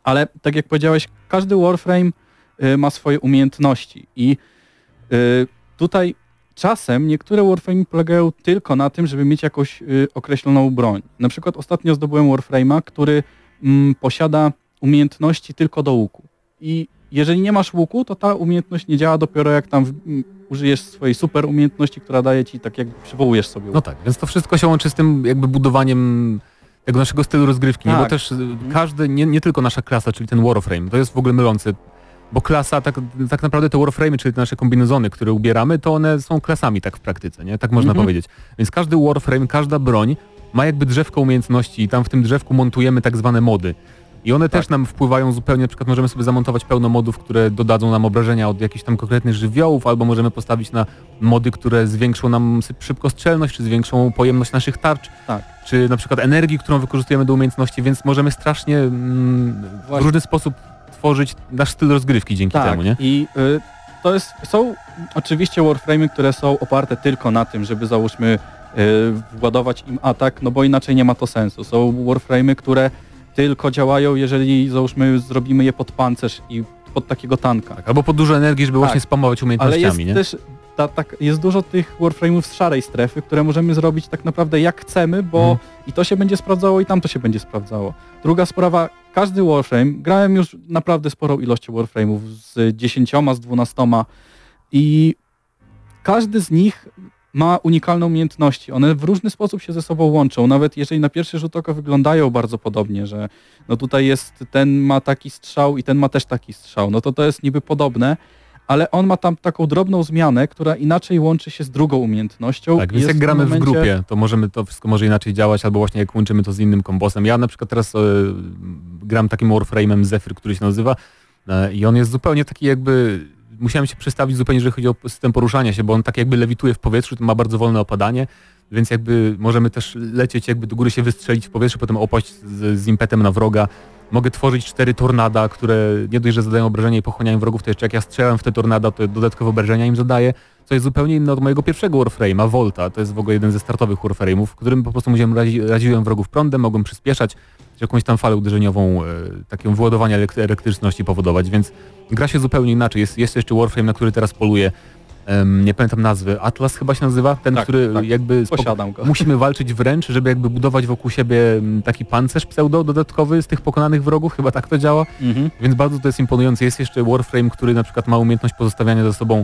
[SPEAKER 8] Ale tak jak powiedziałeś, każdy Warframe y, ma swoje umiejętności i y, tutaj czasem niektóre Warframe polegają tylko na tym, żeby mieć jakąś y, określoną broń. Na przykład ostatnio zdobyłem Warframe'a, który mm, posiada umiejętności tylko do łuku. I jeżeli nie masz łuku, to ta umiejętność nie działa dopiero jak tam w, m, użyjesz swojej super umiejętności, która daje ci tak jak przywołujesz sobie łuk.
[SPEAKER 4] No tak, więc to wszystko się łączy z tym jakby budowaniem tego naszego stylu rozgrywki, nie?
[SPEAKER 8] Tak.
[SPEAKER 4] Bo też y, każdy, nie, nie tylko nasza klasa, czyli ten Warframe, to jest w ogóle mylące, bo klasa, tak, tak naprawdę te Warframe, czyli te nasze kombinezony, które ubieramy, to one są klasami tak w praktyce, nie? Tak można
[SPEAKER 8] Mhm.
[SPEAKER 4] powiedzieć. Więc każdy Warframe, każda broń ma jakby drzewko umiejętności i tam w tym drzewku montujemy tak zwane mody. I one też nam wpływają zupełnie, na przykład możemy sobie zamontować pełno modów, które dodadzą nam obrażenia od jakichś tam konkretnych żywiołów, albo możemy postawić na mody, które zwiększą nam sy- szybkostrzelność, czy zwiększą pojemność naszych tarcz,
[SPEAKER 8] Tak.
[SPEAKER 4] czy na przykład energii, którą wykorzystujemy do umiejętności, więc możemy strasznie mm, w
[SPEAKER 8] Właśnie.
[SPEAKER 4] różny sposób tworzyć nasz styl rozgrywki dzięki
[SPEAKER 8] Tak,
[SPEAKER 4] temu, nie?
[SPEAKER 8] i y, to jest, są oczywiście Warframe'y, które są oparte tylko na tym, żeby załóżmy y, władować im atak, no bo inaczej nie ma to sensu. Są Warframe'y, które tylko działają, jeżeli załóżmy zrobimy je pod pancerz i pod takiego tanka.
[SPEAKER 4] Tak, albo po dużo energii, żeby
[SPEAKER 8] Tak.
[SPEAKER 4] właśnie spamować
[SPEAKER 8] Ale
[SPEAKER 4] umiejętnościami,
[SPEAKER 8] jest
[SPEAKER 4] nie?
[SPEAKER 8] też ta, tak, jest dużo tych Warframe'ów z szarej strefy, które możemy zrobić tak naprawdę jak chcemy, bo
[SPEAKER 4] Mhm.
[SPEAKER 8] i to się będzie sprawdzało i tam to się będzie sprawdzało. Druga sprawa, każdy Warframe, grałem już naprawdę sporą ilością Warframe'ów z dziesięcioma, z dwunastoma i każdy z nich ma unikalne umiejętności. One w różny sposób się ze sobą łączą. Nawet jeżeli na pierwszy rzut oka wyglądają bardzo podobnie, że no tutaj jest, ten ma taki strzał i ten ma też taki strzał, no to to jest niby podobne, ale on ma tam taką drobną zmianę, która inaczej łączy się z drugą umiejętnością.
[SPEAKER 4] Tak,
[SPEAKER 8] i
[SPEAKER 4] więc
[SPEAKER 8] jest
[SPEAKER 4] jak
[SPEAKER 8] w
[SPEAKER 4] gramy
[SPEAKER 8] tym
[SPEAKER 4] w
[SPEAKER 8] momencie-
[SPEAKER 4] grupie, to możemy to wszystko może inaczej działać, albo właśnie jak łączymy to z innym kombosem. Ja na przykład teraz e, gram takim Warframe'em Zephyr, który się nazywa e, i on jest zupełnie taki jakby... Musiałem się przestawić zupełnie, jeżeli chodzi o system poruszania się, bo on tak jakby lewituje w powietrzu, to ma bardzo wolne opadanie, więc jakby możemy też lecieć jakby do góry, się wystrzelić w powietrzu, potem opaść z, z impetem na wroga. Mogę tworzyć cztery tornada, które nie dość, że zadają obrażenia i pochłaniają wrogów, to jeszcze jak ja strzelam w te tornada, to dodatkowe obrażenia im zadaję, co jest zupełnie inne od mojego pierwszego Warframe'a, Volta. To jest w ogóle jeden ze startowych Warframe'ów, w którym po prostu musiałem razi, raziłem wrogów prądem, mogłem przyspieszać, czy jakąś tam falę uderzeniową, e, taką wyładowanie elek- elektryczności powodować, więc gra się zupełnie inaczej. Jest, jest jeszcze Warframe, na który teraz poluję, em, nie pamiętam nazwy, Atlas chyba się nazywa, ten,
[SPEAKER 8] Tak,
[SPEAKER 4] który
[SPEAKER 8] tak.
[SPEAKER 4] jakby... spoko-
[SPEAKER 8] Posiadam go.
[SPEAKER 4] Musimy walczyć wręcz, żeby jakby budować wokół siebie mm, taki pancerz pseudo dodatkowy z tych pokonanych wrogów, chyba tak to działa,
[SPEAKER 8] Mhm.
[SPEAKER 4] więc bardzo to jest imponujące. Jest jeszcze Warframe, który na przykład ma umiejętność pozostawiania za sobą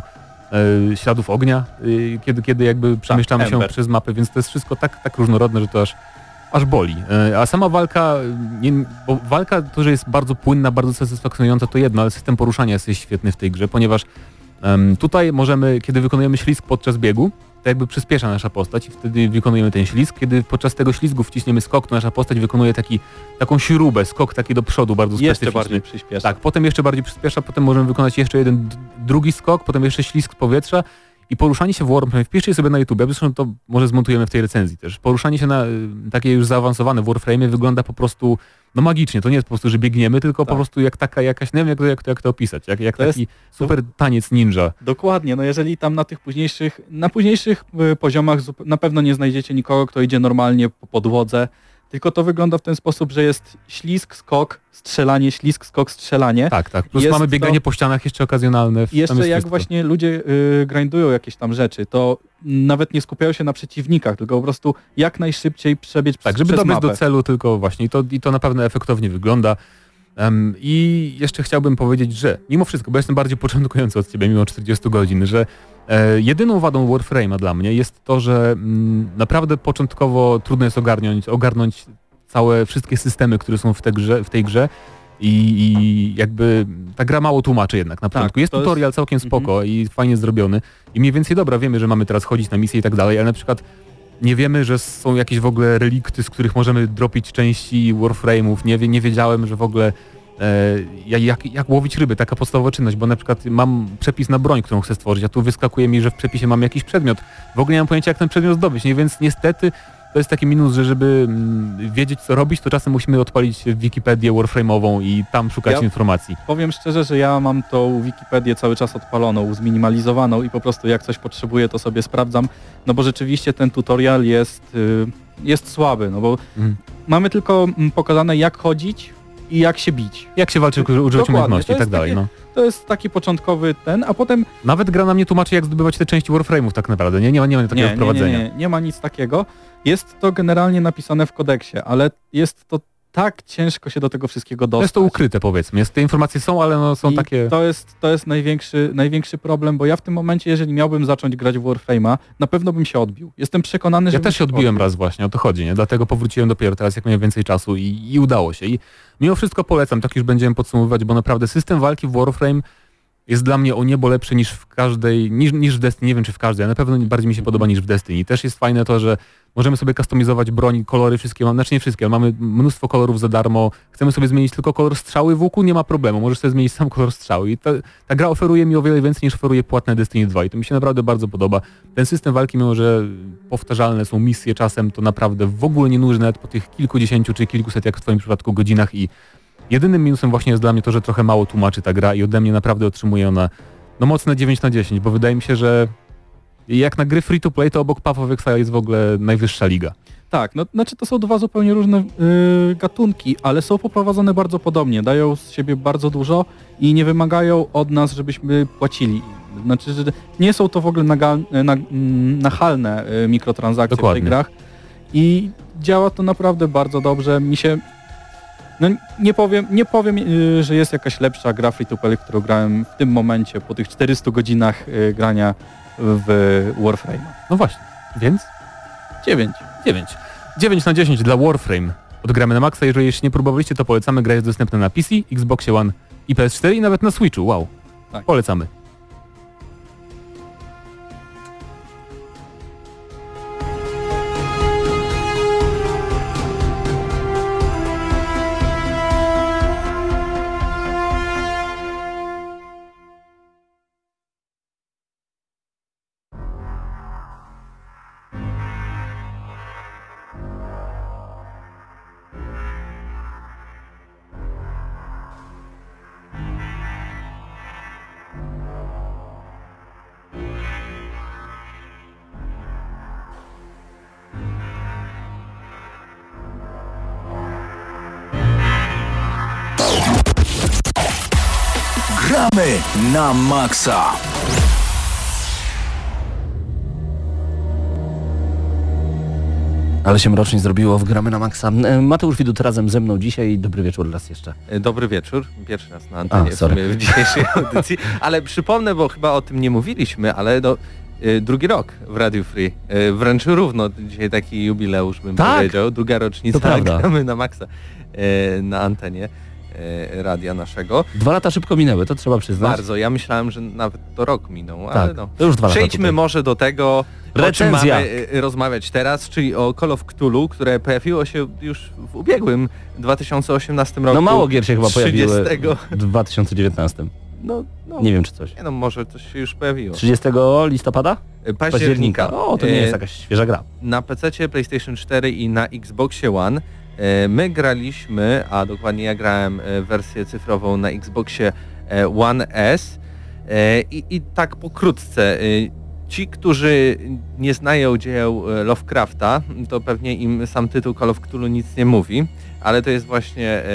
[SPEAKER 4] e, śladów ognia, e, kiedy, kiedy jakby przemieszczamy się
[SPEAKER 8] Ember.
[SPEAKER 4] przez mapę, więc to jest wszystko tak, tak różnorodne, że to aż, aż boli. E, a sama walka, nie, bo walka to, że jest bardzo płynna, bardzo satysfakcjonująca to jedno, ale system poruszania jest świetny w tej grze, ponieważ em, tutaj możemy, kiedy wykonujemy ślizg podczas biegu, to jakby przyspiesza nasza postać i wtedy wykonujemy ten ślizg. Kiedy podczas tego ślizgu wciśniemy skok, to nasza postać wykonuje taki, taką śrubę, skok taki do przodu, bardzo
[SPEAKER 8] Jeszcze
[SPEAKER 4] specyficzny.
[SPEAKER 8] bardziej przyspiesza.
[SPEAKER 4] Tak, potem jeszcze bardziej przyspiesza, potem możemy wykonać jeszcze jeden d- drugi skok, potem jeszcze ślizg z powietrza i poruszanie się w Warframe, wpiszcie sobie na YouTube, zresztą to może zmontujemy w tej recenzji też. Poruszanie się na y, takie już zaawansowane w Warframe wygląda po prostu no magicznie, to nie jest po prostu, że biegniemy, tylko po
[SPEAKER 8] Tak.
[SPEAKER 4] prostu jak taka jakaś, nie wiem jak to, jak to, jak to opisać, jak, jak
[SPEAKER 8] To jest-
[SPEAKER 4] taki super taniec ninja.
[SPEAKER 8] Dokładnie, no jeżeli tam na tych późniejszych, na późniejszych y, poziomach zup- na pewno nie znajdziecie nikogo, kto idzie normalnie po podłodze, tylko to wygląda w ten sposób, że jest ślizg, skok, strzelanie, ślizg, skok, strzelanie.
[SPEAKER 4] Tak, tak, plus
[SPEAKER 8] Jest
[SPEAKER 4] mamy
[SPEAKER 8] to-
[SPEAKER 4] bieganie po ścianach jeszcze okazjonalne.
[SPEAKER 8] I
[SPEAKER 4] tam
[SPEAKER 8] jeszcze
[SPEAKER 4] jest
[SPEAKER 8] jak
[SPEAKER 4] wszystko.
[SPEAKER 8] właśnie ludzie y, grindują jakieś tam rzeczy, to nawet nie skupiają się na przeciwnikach, tylko po prostu jak najszybciej przebiec
[SPEAKER 4] Tak, żeby
[SPEAKER 8] przez
[SPEAKER 4] dobiec
[SPEAKER 8] mapę.
[SPEAKER 4] do celu tylko właśnie i to, i to na pewno efektownie wygląda. Um, I jeszcze chciałbym powiedzieć, że mimo wszystko, bo jestem bardziej początkujący od ciebie mimo czterdziestu godzin, że e, jedyną wadą Warframe'a dla mnie jest to, że mm, naprawdę początkowo trudno jest ogarnąć, ogarnąć całe wszystkie systemy, które są w, te grze, w tej grze i, i jakby ta gra mało tłumaczy jednak na początku. Jest
[SPEAKER 8] to jest-
[SPEAKER 4] tutorial całkiem spoko i fajnie zrobiony i mniej więcej dobra, wiemy, że mamy teraz chodzić na misję i tak dalej, ale na przykład nie wiemy, że są jakieś w ogóle relikty, z których możemy dropić części Warframe'ów. Nie, wie- nie wiedziałem, że w ogóle e, jak, jak łowić ryby, taka podstawowa czynność, bo na przykład mam przepis na broń, którą chcę stworzyć, a tu wyskakuje mi, że w przepisie mam jakiś przedmiot. W ogóle nie mam pojęcia, jak ten przedmiot zdobyć, nie? Więc niestety to jest taki minus, że żeby mm, wiedzieć, co robić, to czasem musimy odpalić Wikipedię Warframe'ową i tam szukać
[SPEAKER 8] Ja-
[SPEAKER 4] informacji.
[SPEAKER 8] Powiem szczerze, że ja mam tą Wikipedię cały czas odpaloną, zminimalizowaną i po prostu jak coś potrzebuję, to sobie sprawdzam, no bo rzeczywiście ten tutorial jest, y, jest słaby, no bo
[SPEAKER 4] Mhm.
[SPEAKER 8] mamy tylko mm, pokazane jak chodzić i jak się bić.
[SPEAKER 9] Jak się walczy, używać
[SPEAKER 8] Dokładnie,
[SPEAKER 9] umiejętności
[SPEAKER 8] to
[SPEAKER 9] i tak
[SPEAKER 8] jest
[SPEAKER 9] dalej,
[SPEAKER 8] takie-
[SPEAKER 9] no.
[SPEAKER 8] To jest taki początkowy ten, a potem
[SPEAKER 9] Nawet gra nam nie tłumaczy, jak zdobywać te części Warframe'ów tak naprawdę, nie? Nie ma, nie ma takiego
[SPEAKER 8] nie, nie, nie,
[SPEAKER 9] wprowadzenia.
[SPEAKER 8] nie, nie ma nic takiego. Jest to generalnie napisane w kodeksie, ale jest to tak ciężko się do tego wszystkiego
[SPEAKER 9] To
[SPEAKER 8] dostać.
[SPEAKER 9] jest to ukryte, powiedzmy. Jest, te informacje są, ale no, są
[SPEAKER 8] I
[SPEAKER 9] takie...
[SPEAKER 8] To jest, to jest największy, największy problem, bo ja w tym momencie, jeżeli miałbym zacząć grać w Warframe'a, na pewno bym się odbił. Jestem przekonany, że
[SPEAKER 9] Ja
[SPEAKER 8] bym
[SPEAKER 9] też się odbiłem raz właśnie, o to chodzi, nie? Dlatego powróciłem dopiero teraz, jak miałem więcej czasu i, i udało się. I mimo wszystko polecam, tak już będziemy podsumowywać, bo naprawdę system walki w Warframe jest dla mnie o niebo lepszy niż w każdej, niż, niż w Destiny, nie wiem czy w każdej, ale na pewno bardziej mi się podoba niż w Destiny. Też jest fajne to, że możemy sobie kustomizować broń, kolory wszystkie, mam, znaczy nie wszystkie, ale mamy mnóstwo kolorów za darmo, chcemy sobie zmienić tylko kolor strzały w łuku, nie ma problemu, możesz sobie zmienić sam kolor strzały i ta, ta gra oferuje mi o wiele więcej niż oferuje płatne Destiny dwa i to mi się naprawdę bardzo podoba. Ten system walki, mimo że powtarzalne są misje czasem, to naprawdę w ogóle nie nuży nawet po tych kilkudziesięciu czy kilkuset, jak w twoim przypadku, godzinach i jedynym minusem właśnie jest dla mnie to, że trochę mało tłumaczy ta gra i ode mnie naprawdę otrzymuje ona no mocne dziewięć na dziesięć, bo wydaje mi się, że jak na gry free to play, to obok Path of Exile jest w ogóle najwyższa liga.
[SPEAKER 8] Tak, no znaczy to są dwa zupełnie różne yy, gatunki, ale są poprowadzone bardzo podobnie, dają z siebie bardzo dużo i nie wymagają od nas, żebyśmy płacili. Znaczy, że nie są to w ogóle nagal, na, mm, nachalne yy, mikrotransakcje
[SPEAKER 9] Dokładnie.
[SPEAKER 8] w tych grach i działa to naprawdę bardzo dobrze. Mi się no nie powiem, nie powiem yy, że jest jakaś lepsza gra free to play, którą grałem w tym momencie po tych czterystu godzinach yy, grania w Warframe.
[SPEAKER 9] No właśnie, więc
[SPEAKER 8] dziewięć.
[SPEAKER 9] dziewięć. dziewięć na dziesięć dla Warframe. Odgramy na maksa, jeżeli jeszcze nie próbowaliście, to polecamy. Gra jest dostępna na P C, Xboxie One i P S cztery i nawet na Switchu. Wow.
[SPEAKER 8] Tak.
[SPEAKER 9] Polecamy.
[SPEAKER 2] Gramy na maksa.
[SPEAKER 3] Ale się mrocznie zrobiło w Gramy na Maxa. E, Mateusz Widut razem ze mną dzisiaj. Dobry wieczór raz jeszcze.
[SPEAKER 4] Dobry wieczór, pierwszy raz na antenie
[SPEAKER 3] A,
[SPEAKER 4] w,
[SPEAKER 3] sorry.
[SPEAKER 4] sumie w dzisiejszej audycji, ale przypomnę, bo chyba o tym nie mówiliśmy, ale no, y, drugi rok w Radio Free, y, wręcz równo, dzisiaj taki jubileusz bym
[SPEAKER 3] Tak.
[SPEAKER 4] powiedział, druga rocznica,
[SPEAKER 3] To prawda.
[SPEAKER 4] Gramy na maksa y, na antenie y, radia naszego.
[SPEAKER 3] Dwa lata szybko minęły, to trzeba przyznać.
[SPEAKER 4] Bardzo, ja myślałem, że nawet to rok minął, ale
[SPEAKER 3] Tak,
[SPEAKER 4] no.
[SPEAKER 3] to już dwa lata
[SPEAKER 4] Przejdźmy
[SPEAKER 3] tutaj.
[SPEAKER 4] może do tego, o czym
[SPEAKER 3] Recenzja.
[SPEAKER 4] mamy y, rozmawiać teraz, czyli o Call of Cthulhu, które pojawiło się już w ubiegłym dwa tysiące osiemnastym roku.
[SPEAKER 3] No mało gier się chyba pojawiły
[SPEAKER 4] trzydziestego
[SPEAKER 3] w dwa tysiące dziewiętnastym.
[SPEAKER 4] No, no,
[SPEAKER 3] Nie wiem czy coś.
[SPEAKER 4] nie no, może coś się już pojawiło.
[SPEAKER 3] trzydziestego listopada?
[SPEAKER 4] Y, Października.
[SPEAKER 3] O, to nie
[SPEAKER 4] E,
[SPEAKER 3] jest jakaś świeża gra.
[SPEAKER 4] Na pececie, PlayStation cztery i na Xboxie One. E, My graliśmy, a dokładnie ja grałem e, wersję cyfrową na Xboxie e, One S. E, I, I tak pokrótce, e, ci, którzy nie znają dzieł e, Lovecrafta, to pewnie im sam tytuł Call of Cthulhu nic nie mówi, ale to jest właśnie e,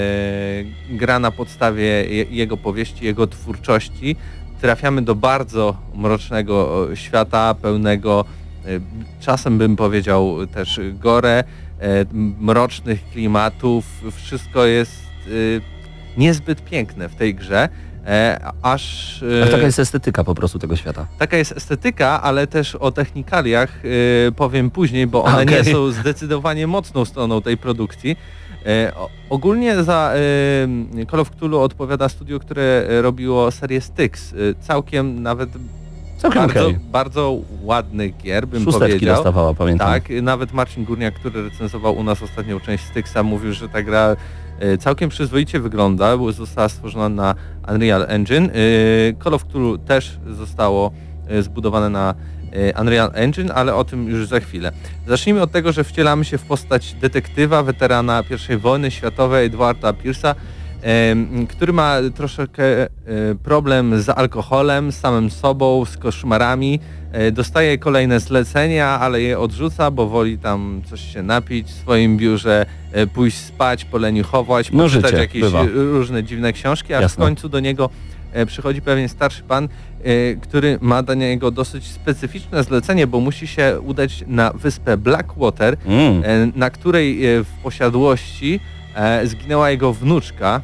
[SPEAKER 4] gra na podstawie je, jego powieści, jego twórczości. Trafiamy do bardzo mrocznego e, świata, pełnego e, czasem bym powiedział też gore, e, mrocznych klimatów. Wszystko jest e, niezbyt piękne w tej grze. E, aż e,
[SPEAKER 3] Ale taka jest estetyka po prostu tego świata.
[SPEAKER 4] taka jest estetyka, ale też o technikaliach e, powiem później, bo one
[SPEAKER 3] Okej.
[SPEAKER 4] nie są zdecydowanie mocną stroną tej produkcji. E, o, ogólnie za e, Call of Cthulhu odpowiada studio, które robiło serię Styx. E, całkiem nawet
[SPEAKER 3] Całkiem
[SPEAKER 4] bardzo,
[SPEAKER 3] okej.
[SPEAKER 4] bardzo ładnych gier, bym
[SPEAKER 3] Szósteczki
[SPEAKER 4] powiedział.
[SPEAKER 3] dostawała, pamiętam.
[SPEAKER 4] Tak, nawet Marcin Górniak, który recenzował u nas ostatnią część Styxa, mówił, że ta gra e, całkiem przyzwoicie wygląda, bo została stworzona na Unreal Engine. E, Call of Cthulhu też zostało e, zbudowane na e, Unreal Engine, ale o tym już za chwilę. Zacznijmy od tego, że wcielamy się w postać detektywa, weterana pierwszej wojny światowej Edwarda Pierce'a, em, który ma troszeczkę e, problem z alkoholem, z samym sobą, z koszmarami. E, dostaje kolejne zlecenia, ale je odrzuca, bo woli tam coś się napić w swoim biurze, e, pójść spać, poleniuchować,
[SPEAKER 3] No,
[SPEAKER 4] poczytać
[SPEAKER 3] życie,
[SPEAKER 4] jakieś
[SPEAKER 3] bywa.
[SPEAKER 4] różne dziwne książki, aż
[SPEAKER 3] Jasne.
[SPEAKER 4] w końcu do niego e, przychodzi pewien starszy pan, e, który ma dla niego dosyć specyficzne zlecenie, bo musi się udać na wyspę Blackwater,
[SPEAKER 3] Mm.
[SPEAKER 4] e, na której e, w posiadłości e, zginęła jego wnuczka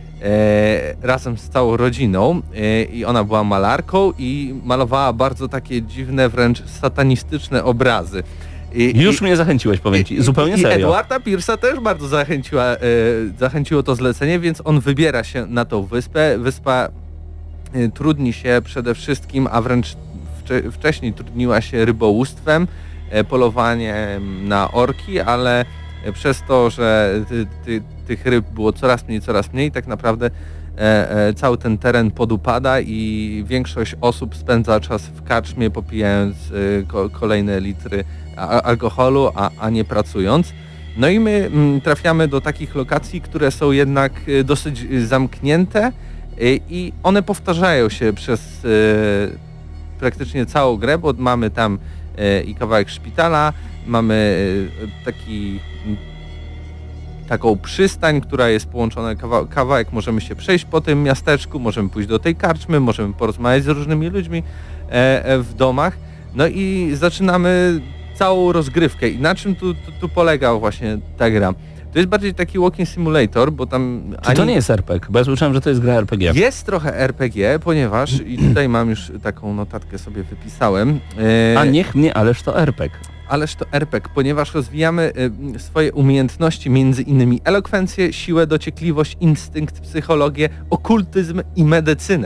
[SPEAKER 4] e, razem z całą rodziną e, i ona była malarką i malowała bardzo takie dziwne, wręcz satanistyczne obrazy. I,
[SPEAKER 3] Już
[SPEAKER 4] i,
[SPEAKER 3] mnie zachęciłeś, powiem ci,
[SPEAKER 4] i-
[SPEAKER 3] zupełnie
[SPEAKER 4] i
[SPEAKER 3] serio.
[SPEAKER 4] Edwarda Pierce'a też bardzo zachęciła, e, zachęciło to zlecenie, więc on wybiera się na tą wyspę. Wyspa e, trudni się przede wszystkim, a wręcz wcze, wcześniej trudniła się rybołówstwem, e, polowaniem na orki, ale e, przez to, że ty, ty, tych ryb było coraz mniej, coraz mniej, tak naprawdę e, e, cały ten teren podupada i większość osób spędza czas w karczmie, popijając e, ko, kolejne litry a, alkoholu, a, a nie pracując. No i my mm, trafiamy do takich lokacji, które są jednak e, dosyć e, zamknięte e, i one powtarzają się przez e, praktycznie całą grę, bo mamy tam e, i kawałek szpitala, mamy e, taki m, taką przystań, która jest połączona kawa- kawałek, możemy się przejść po tym miasteczku, możemy pójść do tej karczmy, możemy porozmawiać z różnymi ludźmi e, e, w domach. No i zaczynamy całą rozgrywkę. I na czym tu, tu, tu polega właśnie ta gra? To jest bardziej taki walking simulator, bo tam...
[SPEAKER 3] Czy to nie jest er pe gie? Bo ja słyszałem, że to jest gra er pe gie.
[SPEAKER 4] Jest trochę er pe gie, ponieważ, i tutaj mam już taką notatkę sobie wypisałem. e,
[SPEAKER 3] A niech mnie, ależ to er pe gie.
[SPEAKER 4] Ależ to er pe gie, ponieważ rozwijamy y, swoje umiejętności, między innymi elokwencję, siłę, dociekliwość, instynkt, psychologię, okultyzm i medycynę.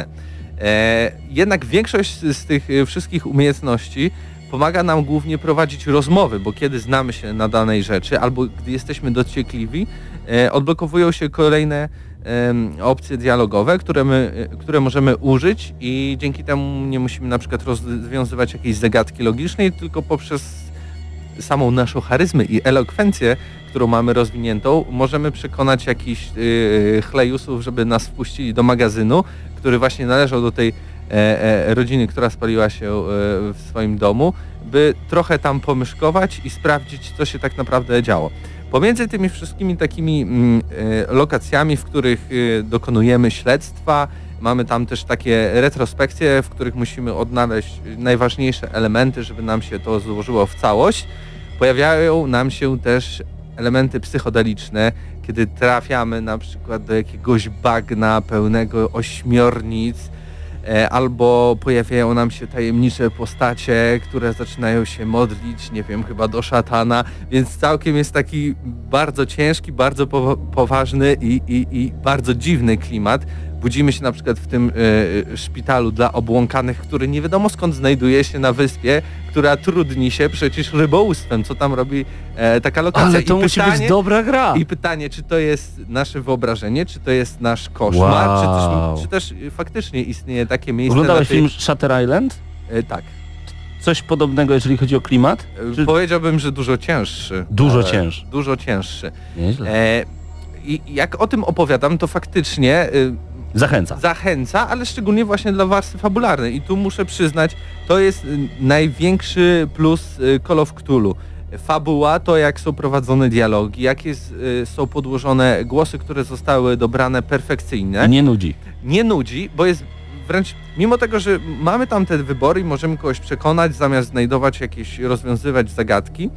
[SPEAKER 4] E, jednak większość z, z tych y, wszystkich umiejętności pomaga nam głównie prowadzić rozmowy, bo kiedy znamy się na danej rzeczy albo gdy jesteśmy dociekliwi, e, odblokowują się kolejne em, opcje dialogowe, które, my, e, które możemy użyć i dzięki temu nie musimy na przykład rozwiązywać jakiejś zagadki logicznej, tylko poprzez samą naszą charyzmę i elokwencję, którą mamy rozwiniętą, możemy przekonać jakichś yy, chlejusów, żeby nas wpuścili do magazynu, który właśnie należał do tej e, e, rodziny, która spaliła się e, w swoim domu, by trochę tam pomyszkować i sprawdzić, co się tak naprawdę działo. Pomiędzy tymi wszystkimi takimi mm, e, lokacjami, w których e, dokonujemy śledztwa, mamy tam też takie retrospekcje, w których musimy odnaleźć najważniejsze elementy, żeby nam się to złożyło w całość. Pojawiają nam się też elementy psychodeliczne, kiedy trafiamy na przykład do jakiegoś bagna pełnego ośmiornic, e, albo pojawiają nam się tajemnicze postacie, które zaczynają się modlić, nie wiem, chyba do szatana, więc całkiem jest taki bardzo ciężki, bardzo powa- poważny i, i, i bardzo dziwny klimat. Budzimy się na przykład w tym e, szpitalu dla obłąkanych, który nie wiadomo skąd znajduje się na wyspie, która trudni się przecież rybołówstwem. Co tam robi e, taka lokacja?
[SPEAKER 3] Ale to
[SPEAKER 4] I
[SPEAKER 3] musi
[SPEAKER 4] pytanie,
[SPEAKER 3] być dobra gra.
[SPEAKER 4] I pytanie, czy to jest nasze wyobrażenie, czy to jest nasz koszmar,
[SPEAKER 3] Wow.
[SPEAKER 4] czy, też, czy też faktycznie istnieje takie miejsce
[SPEAKER 3] Oglądałeś
[SPEAKER 4] na tej...
[SPEAKER 3] film Shutter Island?
[SPEAKER 4] E, tak.
[SPEAKER 3] Coś podobnego, jeżeli chodzi o klimat?
[SPEAKER 4] E,
[SPEAKER 3] Czy...
[SPEAKER 4] Powiedziałbym, że dużo cięższy.
[SPEAKER 3] Dużo
[SPEAKER 4] E,
[SPEAKER 3] cięższy.
[SPEAKER 4] Dużo cięższy.
[SPEAKER 3] Nieźle.
[SPEAKER 4] E, I jak o tym opowiadam, to faktycznie... E,
[SPEAKER 3] Zachęca.
[SPEAKER 4] Zachęca, ale szczególnie właśnie dla warstwy fabularnej. I tu muszę przyznać, to jest y, największy plus y, Call of Cthulhu. Fabuła, to jak są prowadzone dialogi, jak jest, y, są podłożone głosy, które zostały dobrane perfekcyjnie.
[SPEAKER 3] Nie nudzi.
[SPEAKER 4] Nie nudzi, bo jest wręcz, mimo tego, że mamy tam te wybory i możemy kogoś przekonać, zamiast znajdować jakieś, rozwiązywać zagadki,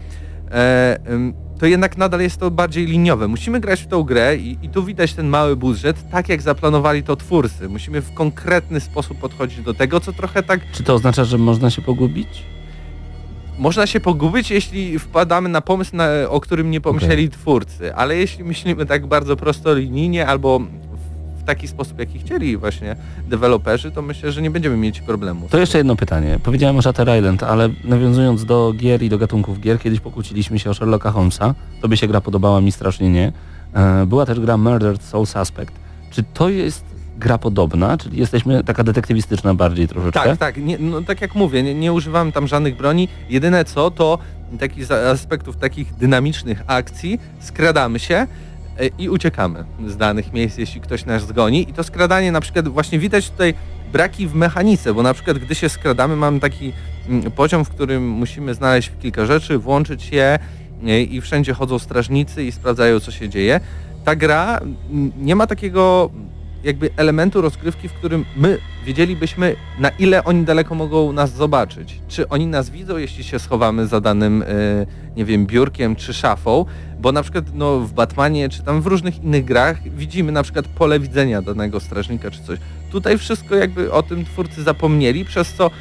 [SPEAKER 4] e, ym, to jednak nadal jest to bardziej liniowe. Musimy grać w tą grę i, i tu widać ten mały budżet, tak jak zaplanowali to twórcy. Musimy w konkretny sposób podchodzić do tego, co trochę tak...
[SPEAKER 3] Czy to oznacza, że można się pogubić?
[SPEAKER 4] Można się pogubić, jeśli wpadamy na pomysł, na, o którym nie pomyśleli okay. twórcy, ale jeśli myślimy tak bardzo prostolinijnie albo w taki sposób, jaki chcieli właśnie deweloperzy, to myślę, że nie będziemy mieć problemu.
[SPEAKER 3] To jeszcze jedno pytanie. Powiedziałem o Shutter Island, ale nawiązując do gier i do gatunków gier, kiedyś pokłóciliśmy się o Sherlocka Holmesa. Tobie się gra podobała, mi strasznie nie. Była też gra Murdered Soul Suspect. Czy to jest gra podobna? Czyli jesteśmy taka detektywistyczna bardziej troszeczkę?
[SPEAKER 4] Tak, tak. Nie, no, tak jak mówię, nie, nie używamy tam żadnych broni. Jedyne co, to takich aspektów takich dynamicznych akcji, skradamy się,
[SPEAKER 10] e, i uciekamy z danych miejsc, jeśli ktoś nas zgoni. I to skradanie na przykład właśnie widać tutaj braki w mechanice, bo na przykład gdy się skradamy, mamy taki mm, poziom, w którym musimy znaleźć kilka rzeczy, włączyć je e, i wszędzie chodzą strażnicy i sprawdzają, co się dzieje. Ta gra mm, nie ma takiego jakby elementu rozgrywki, w którym my wiedzielibyśmy, na ile oni daleko mogą nas zobaczyć. Czy oni nas widzą, jeśli się schowamy za danym, yy, nie wiem, biurkiem czy szafą, bo na przykład no, w Batmanie czy tam w różnych innych grach widzimy na przykład pole widzenia danego strażnika czy coś. Tutaj wszystko jakby o tym twórcy zapomnieli, przez co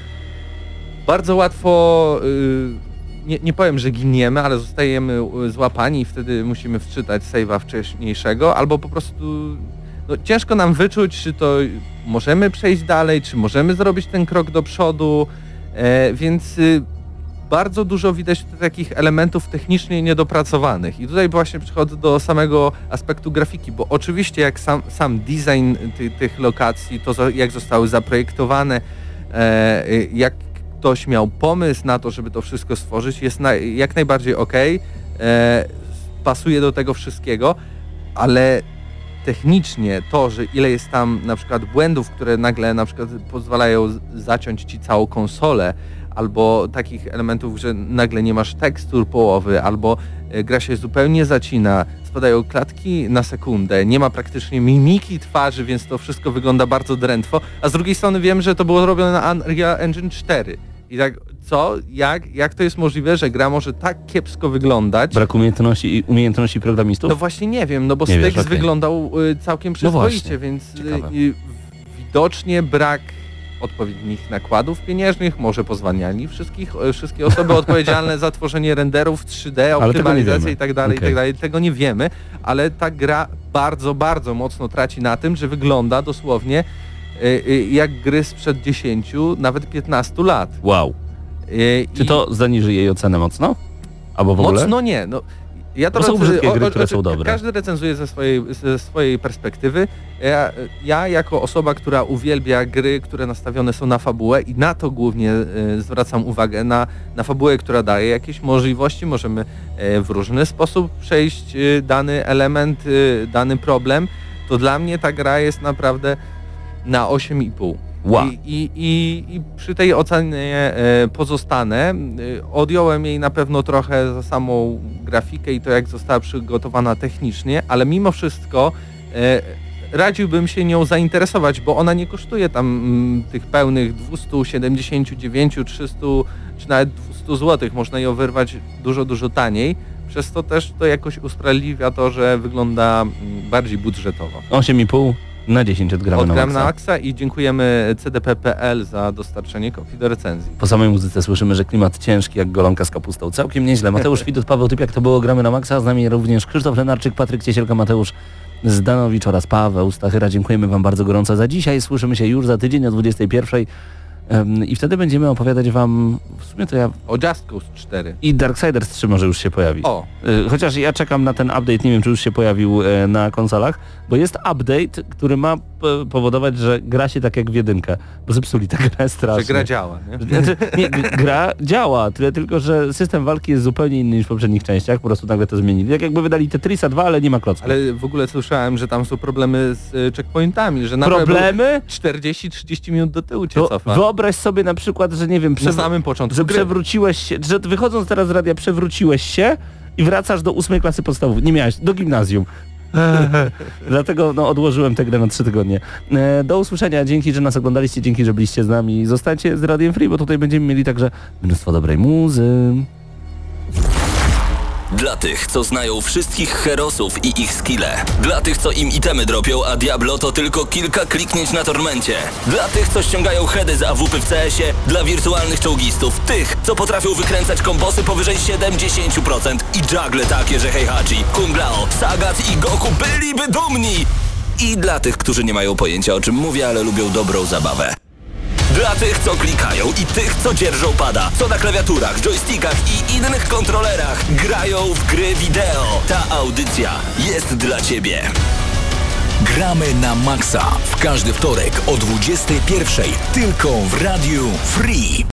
[SPEAKER 10] bardzo łatwo, yy, nie, nie powiem, że giniemy, ale zostajemy złapani i wtedy musimy wczytać save'a wcześniejszego, albo po prostu no, ciężko nam wyczuć, czy to możemy przejść dalej, czy możemy zrobić ten krok do przodu, e, więc y, bardzo dużo widać takich elementów technicznie niedopracowanych. I tutaj właśnie przychodzę do samego aspektu grafiki, bo oczywiście jak sam, sam design ty, tych lokacji, to jak zostały zaprojektowane, e, jak ktoś miał pomysł na to, żeby to wszystko stworzyć, jest na, jak najbardziej okej, e, pasuje do tego wszystkiego, ale technicznie to, że ile jest tam na przykład błędów, które nagle na przykład pozwalają zaciąć ci całą konsolę, albo takich elementów, że nagle nie masz tekstur połowy, albo gra się zupełnie zacina, spadają klatki na sekundę, nie ma praktycznie mimiki twarzy, więc to wszystko wygląda bardzo drętwo, a z drugiej strony wiem, że to było robione na Unreal Engine cztery. I tak, co? Jak, jak to jest możliwe, że gra może tak kiepsko wyglądać?
[SPEAKER 3] Brak umiejętności i umiejętności programistów?
[SPEAKER 10] No właśnie nie wiem, no bo
[SPEAKER 3] Nie
[SPEAKER 10] Styx
[SPEAKER 3] wiesz, okay.
[SPEAKER 10] wyglądał y, całkiem przyzwoicie,
[SPEAKER 3] no
[SPEAKER 10] więc y,
[SPEAKER 3] Ciekawe.
[SPEAKER 10] y, widocznie brak odpowiednich nakładów pieniężnych, może pozwaniali wszystkich, y, wszystkie osoby odpowiedzialne za tworzenie renderów trzy D, optymalizację i tak dalej,
[SPEAKER 3] okay.
[SPEAKER 10] i tak dalej. Tego nie wiemy, ale ta gra bardzo, bardzo mocno traci na tym, że wygląda dosłownie jak gry sprzed dziesięciu, nawet piętnastu lat.
[SPEAKER 3] Wow.
[SPEAKER 10] I,
[SPEAKER 3] Czy to zaniży jej ocenę mocno? Albo w ogóle?
[SPEAKER 10] Mocno nie. No, ja to
[SPEAKER 3] Bo są
[SPEAKER 10] recen-
[SPEAKER 3] brzydkie gry,
[SPEAKER 10] o, o,
[SPEAKER 3] które
[SPEAKER 10] o,
[SPEAKER 3] są dobre.
[SPEAKER 10] Każdy recenzuje ze swojej, ze swojej perspektywy. Ja, ja jako osoba, która uwielbia gry, które nastawione są na fabułę i na to głównie e, zwracam uwagę, na, na fabułę, która daje jakieś możliwości. Możemy e, w różny sposób przejść e, dany element, e, dany problem. To dla mnie ta gra jest naprawdę na osiem i pół.
[SPEAKER 3] Wow.
[SPEAKER 10] I, i, i, I przy tej ocenie e, pozostanę. E, odjąłem jej na pewno trochę za samą grafikę i to, jak została przygotowana technicznie, ale mimo wszystko e, radziłbym się nią zainteresować, bo ona nie kosztuje tam m, tych pełnych dwieście siedemdziesiąt dziewięć, trzysta czy nawet dwieście złotych. Można ją wyrwać dużo, dużo taniej. Przez to też to jakoś usprawiedliwia to, że wygląda m, bardziej budżetowo.
[SPEAKER 3] osiem i pół na dziesięć od Gramy
[SPEAKER 10] Od
[SPEAKER 3] na
[SPEAKER 10] Gram
[SPEAKER 3] Maxa.
[SPEAKER 10] na Maxa i dziękujemy C D P kropka P L za dostarczenie kopii do recenzji.
[SPEAKER 3] Po samej muzyce słyszymy, że klimat ciężki jak golonka z kapustą. Całkiem nieźle. Mateusz Widut, Paweł Typiak, to było Gramy na Maxa. Z nami również Krzysztof Lenarczyk, Patryk Ciesielka, Mateusz Zdanowicz oraz Paweł Stachyra. Dziękujemy Wam bardzo gorąco za dzisiaj. Słyszymy się już za tydzień o dwudziestej pierwszej. Um, I wtedy będziemy opowiadać Wam, w sumie to ja...
[SPEAKER 10] O Just Cause cztery.
[SPEAKER 3] I Darksiders trzy może już się pojawi.
[SPEAKER 10] O.
[SPEAKER 3] Y, Chociaż ja czekam na ten update, nie wiem czy już się pojawił y, na konsolach, bo jest update, który ma p- powodować, że gra się tak jak w jedynkę, bo zepsuli tę grę strasznie.
[SPEAKER 10] Że gra działa, nie?
[SPEAKER 3] Znaczy, nie, g- gra działa, tyle tylko, że system walki jest zupełnie inny niż w poprzednich częściach, po prostu nagle to zmienili. Jak jakby wydali Tetrisa dwa, ale nie ma klocków.
[SPEAKER 10] Ale w ogóle słyszałem, że tam są problemy z y, checkpointami, że nawet
[SPEAKER 3] Problemy?
[SPEAKER 10] czterdzieści trzydzieści minut do tyłu cię
[SPEAKER 3] To
[SPEAKER 10] cofa.
[SPEAKER 3] wyobraź sobie na przykład, że nie wiem,
[SPEAKER 10] Na
[SPEAKER 3] przew-
[SPEAKER 10] samym początku
[SPEAKER 3] że
[SPEAKER 10] gry.
[SPEAKER 3] przewróciłeś się, że wychodząc teraz z radia przewróciłeś się i wracasz do ósmej klasy podstawowej. Nie miałeś, do gimnazjum. Dlatego no, odłożyłem tę grę na trzy tygodnie. E, do usłyszenia, dzięki, że nas oglądaliście, dzięki, że byliście z nami. Zostańcie z Radiem Free, bo tutaj będziemy mieli także mnóstwo dobrej muzy.
[SPEAKER 1] Dla tych, co znają wszystkich herosów i ich skille. Dla tych, co im itemy dropią, a Diablo to tylko kilka kliknięć na tormencie. Dla tych, co ściągają heady z A W P w C S ie. Dla wirtualnych czołgistów. Tych, co potrafią wykręcać kombosy powyżej siedemdziesiąt procent. I juggle takie, że Heihachi, Kung Lao, Sagat i Goku byliby dumni. I dla tych, którzy nie mają pojęcia, o czym mówię, ale lubią dobrą zabawę. Dla tych, co klikają i tych, co dzierżą pada, co na klawiaturach, joystickach i innych kontrolerach grają w gry wideo. Ta audycja jest dla Ciebie.
[SPEAKER 2] Gramy na Maxa w każdy wtorek o dwudziestej pierwszej tylko w Radiu Free.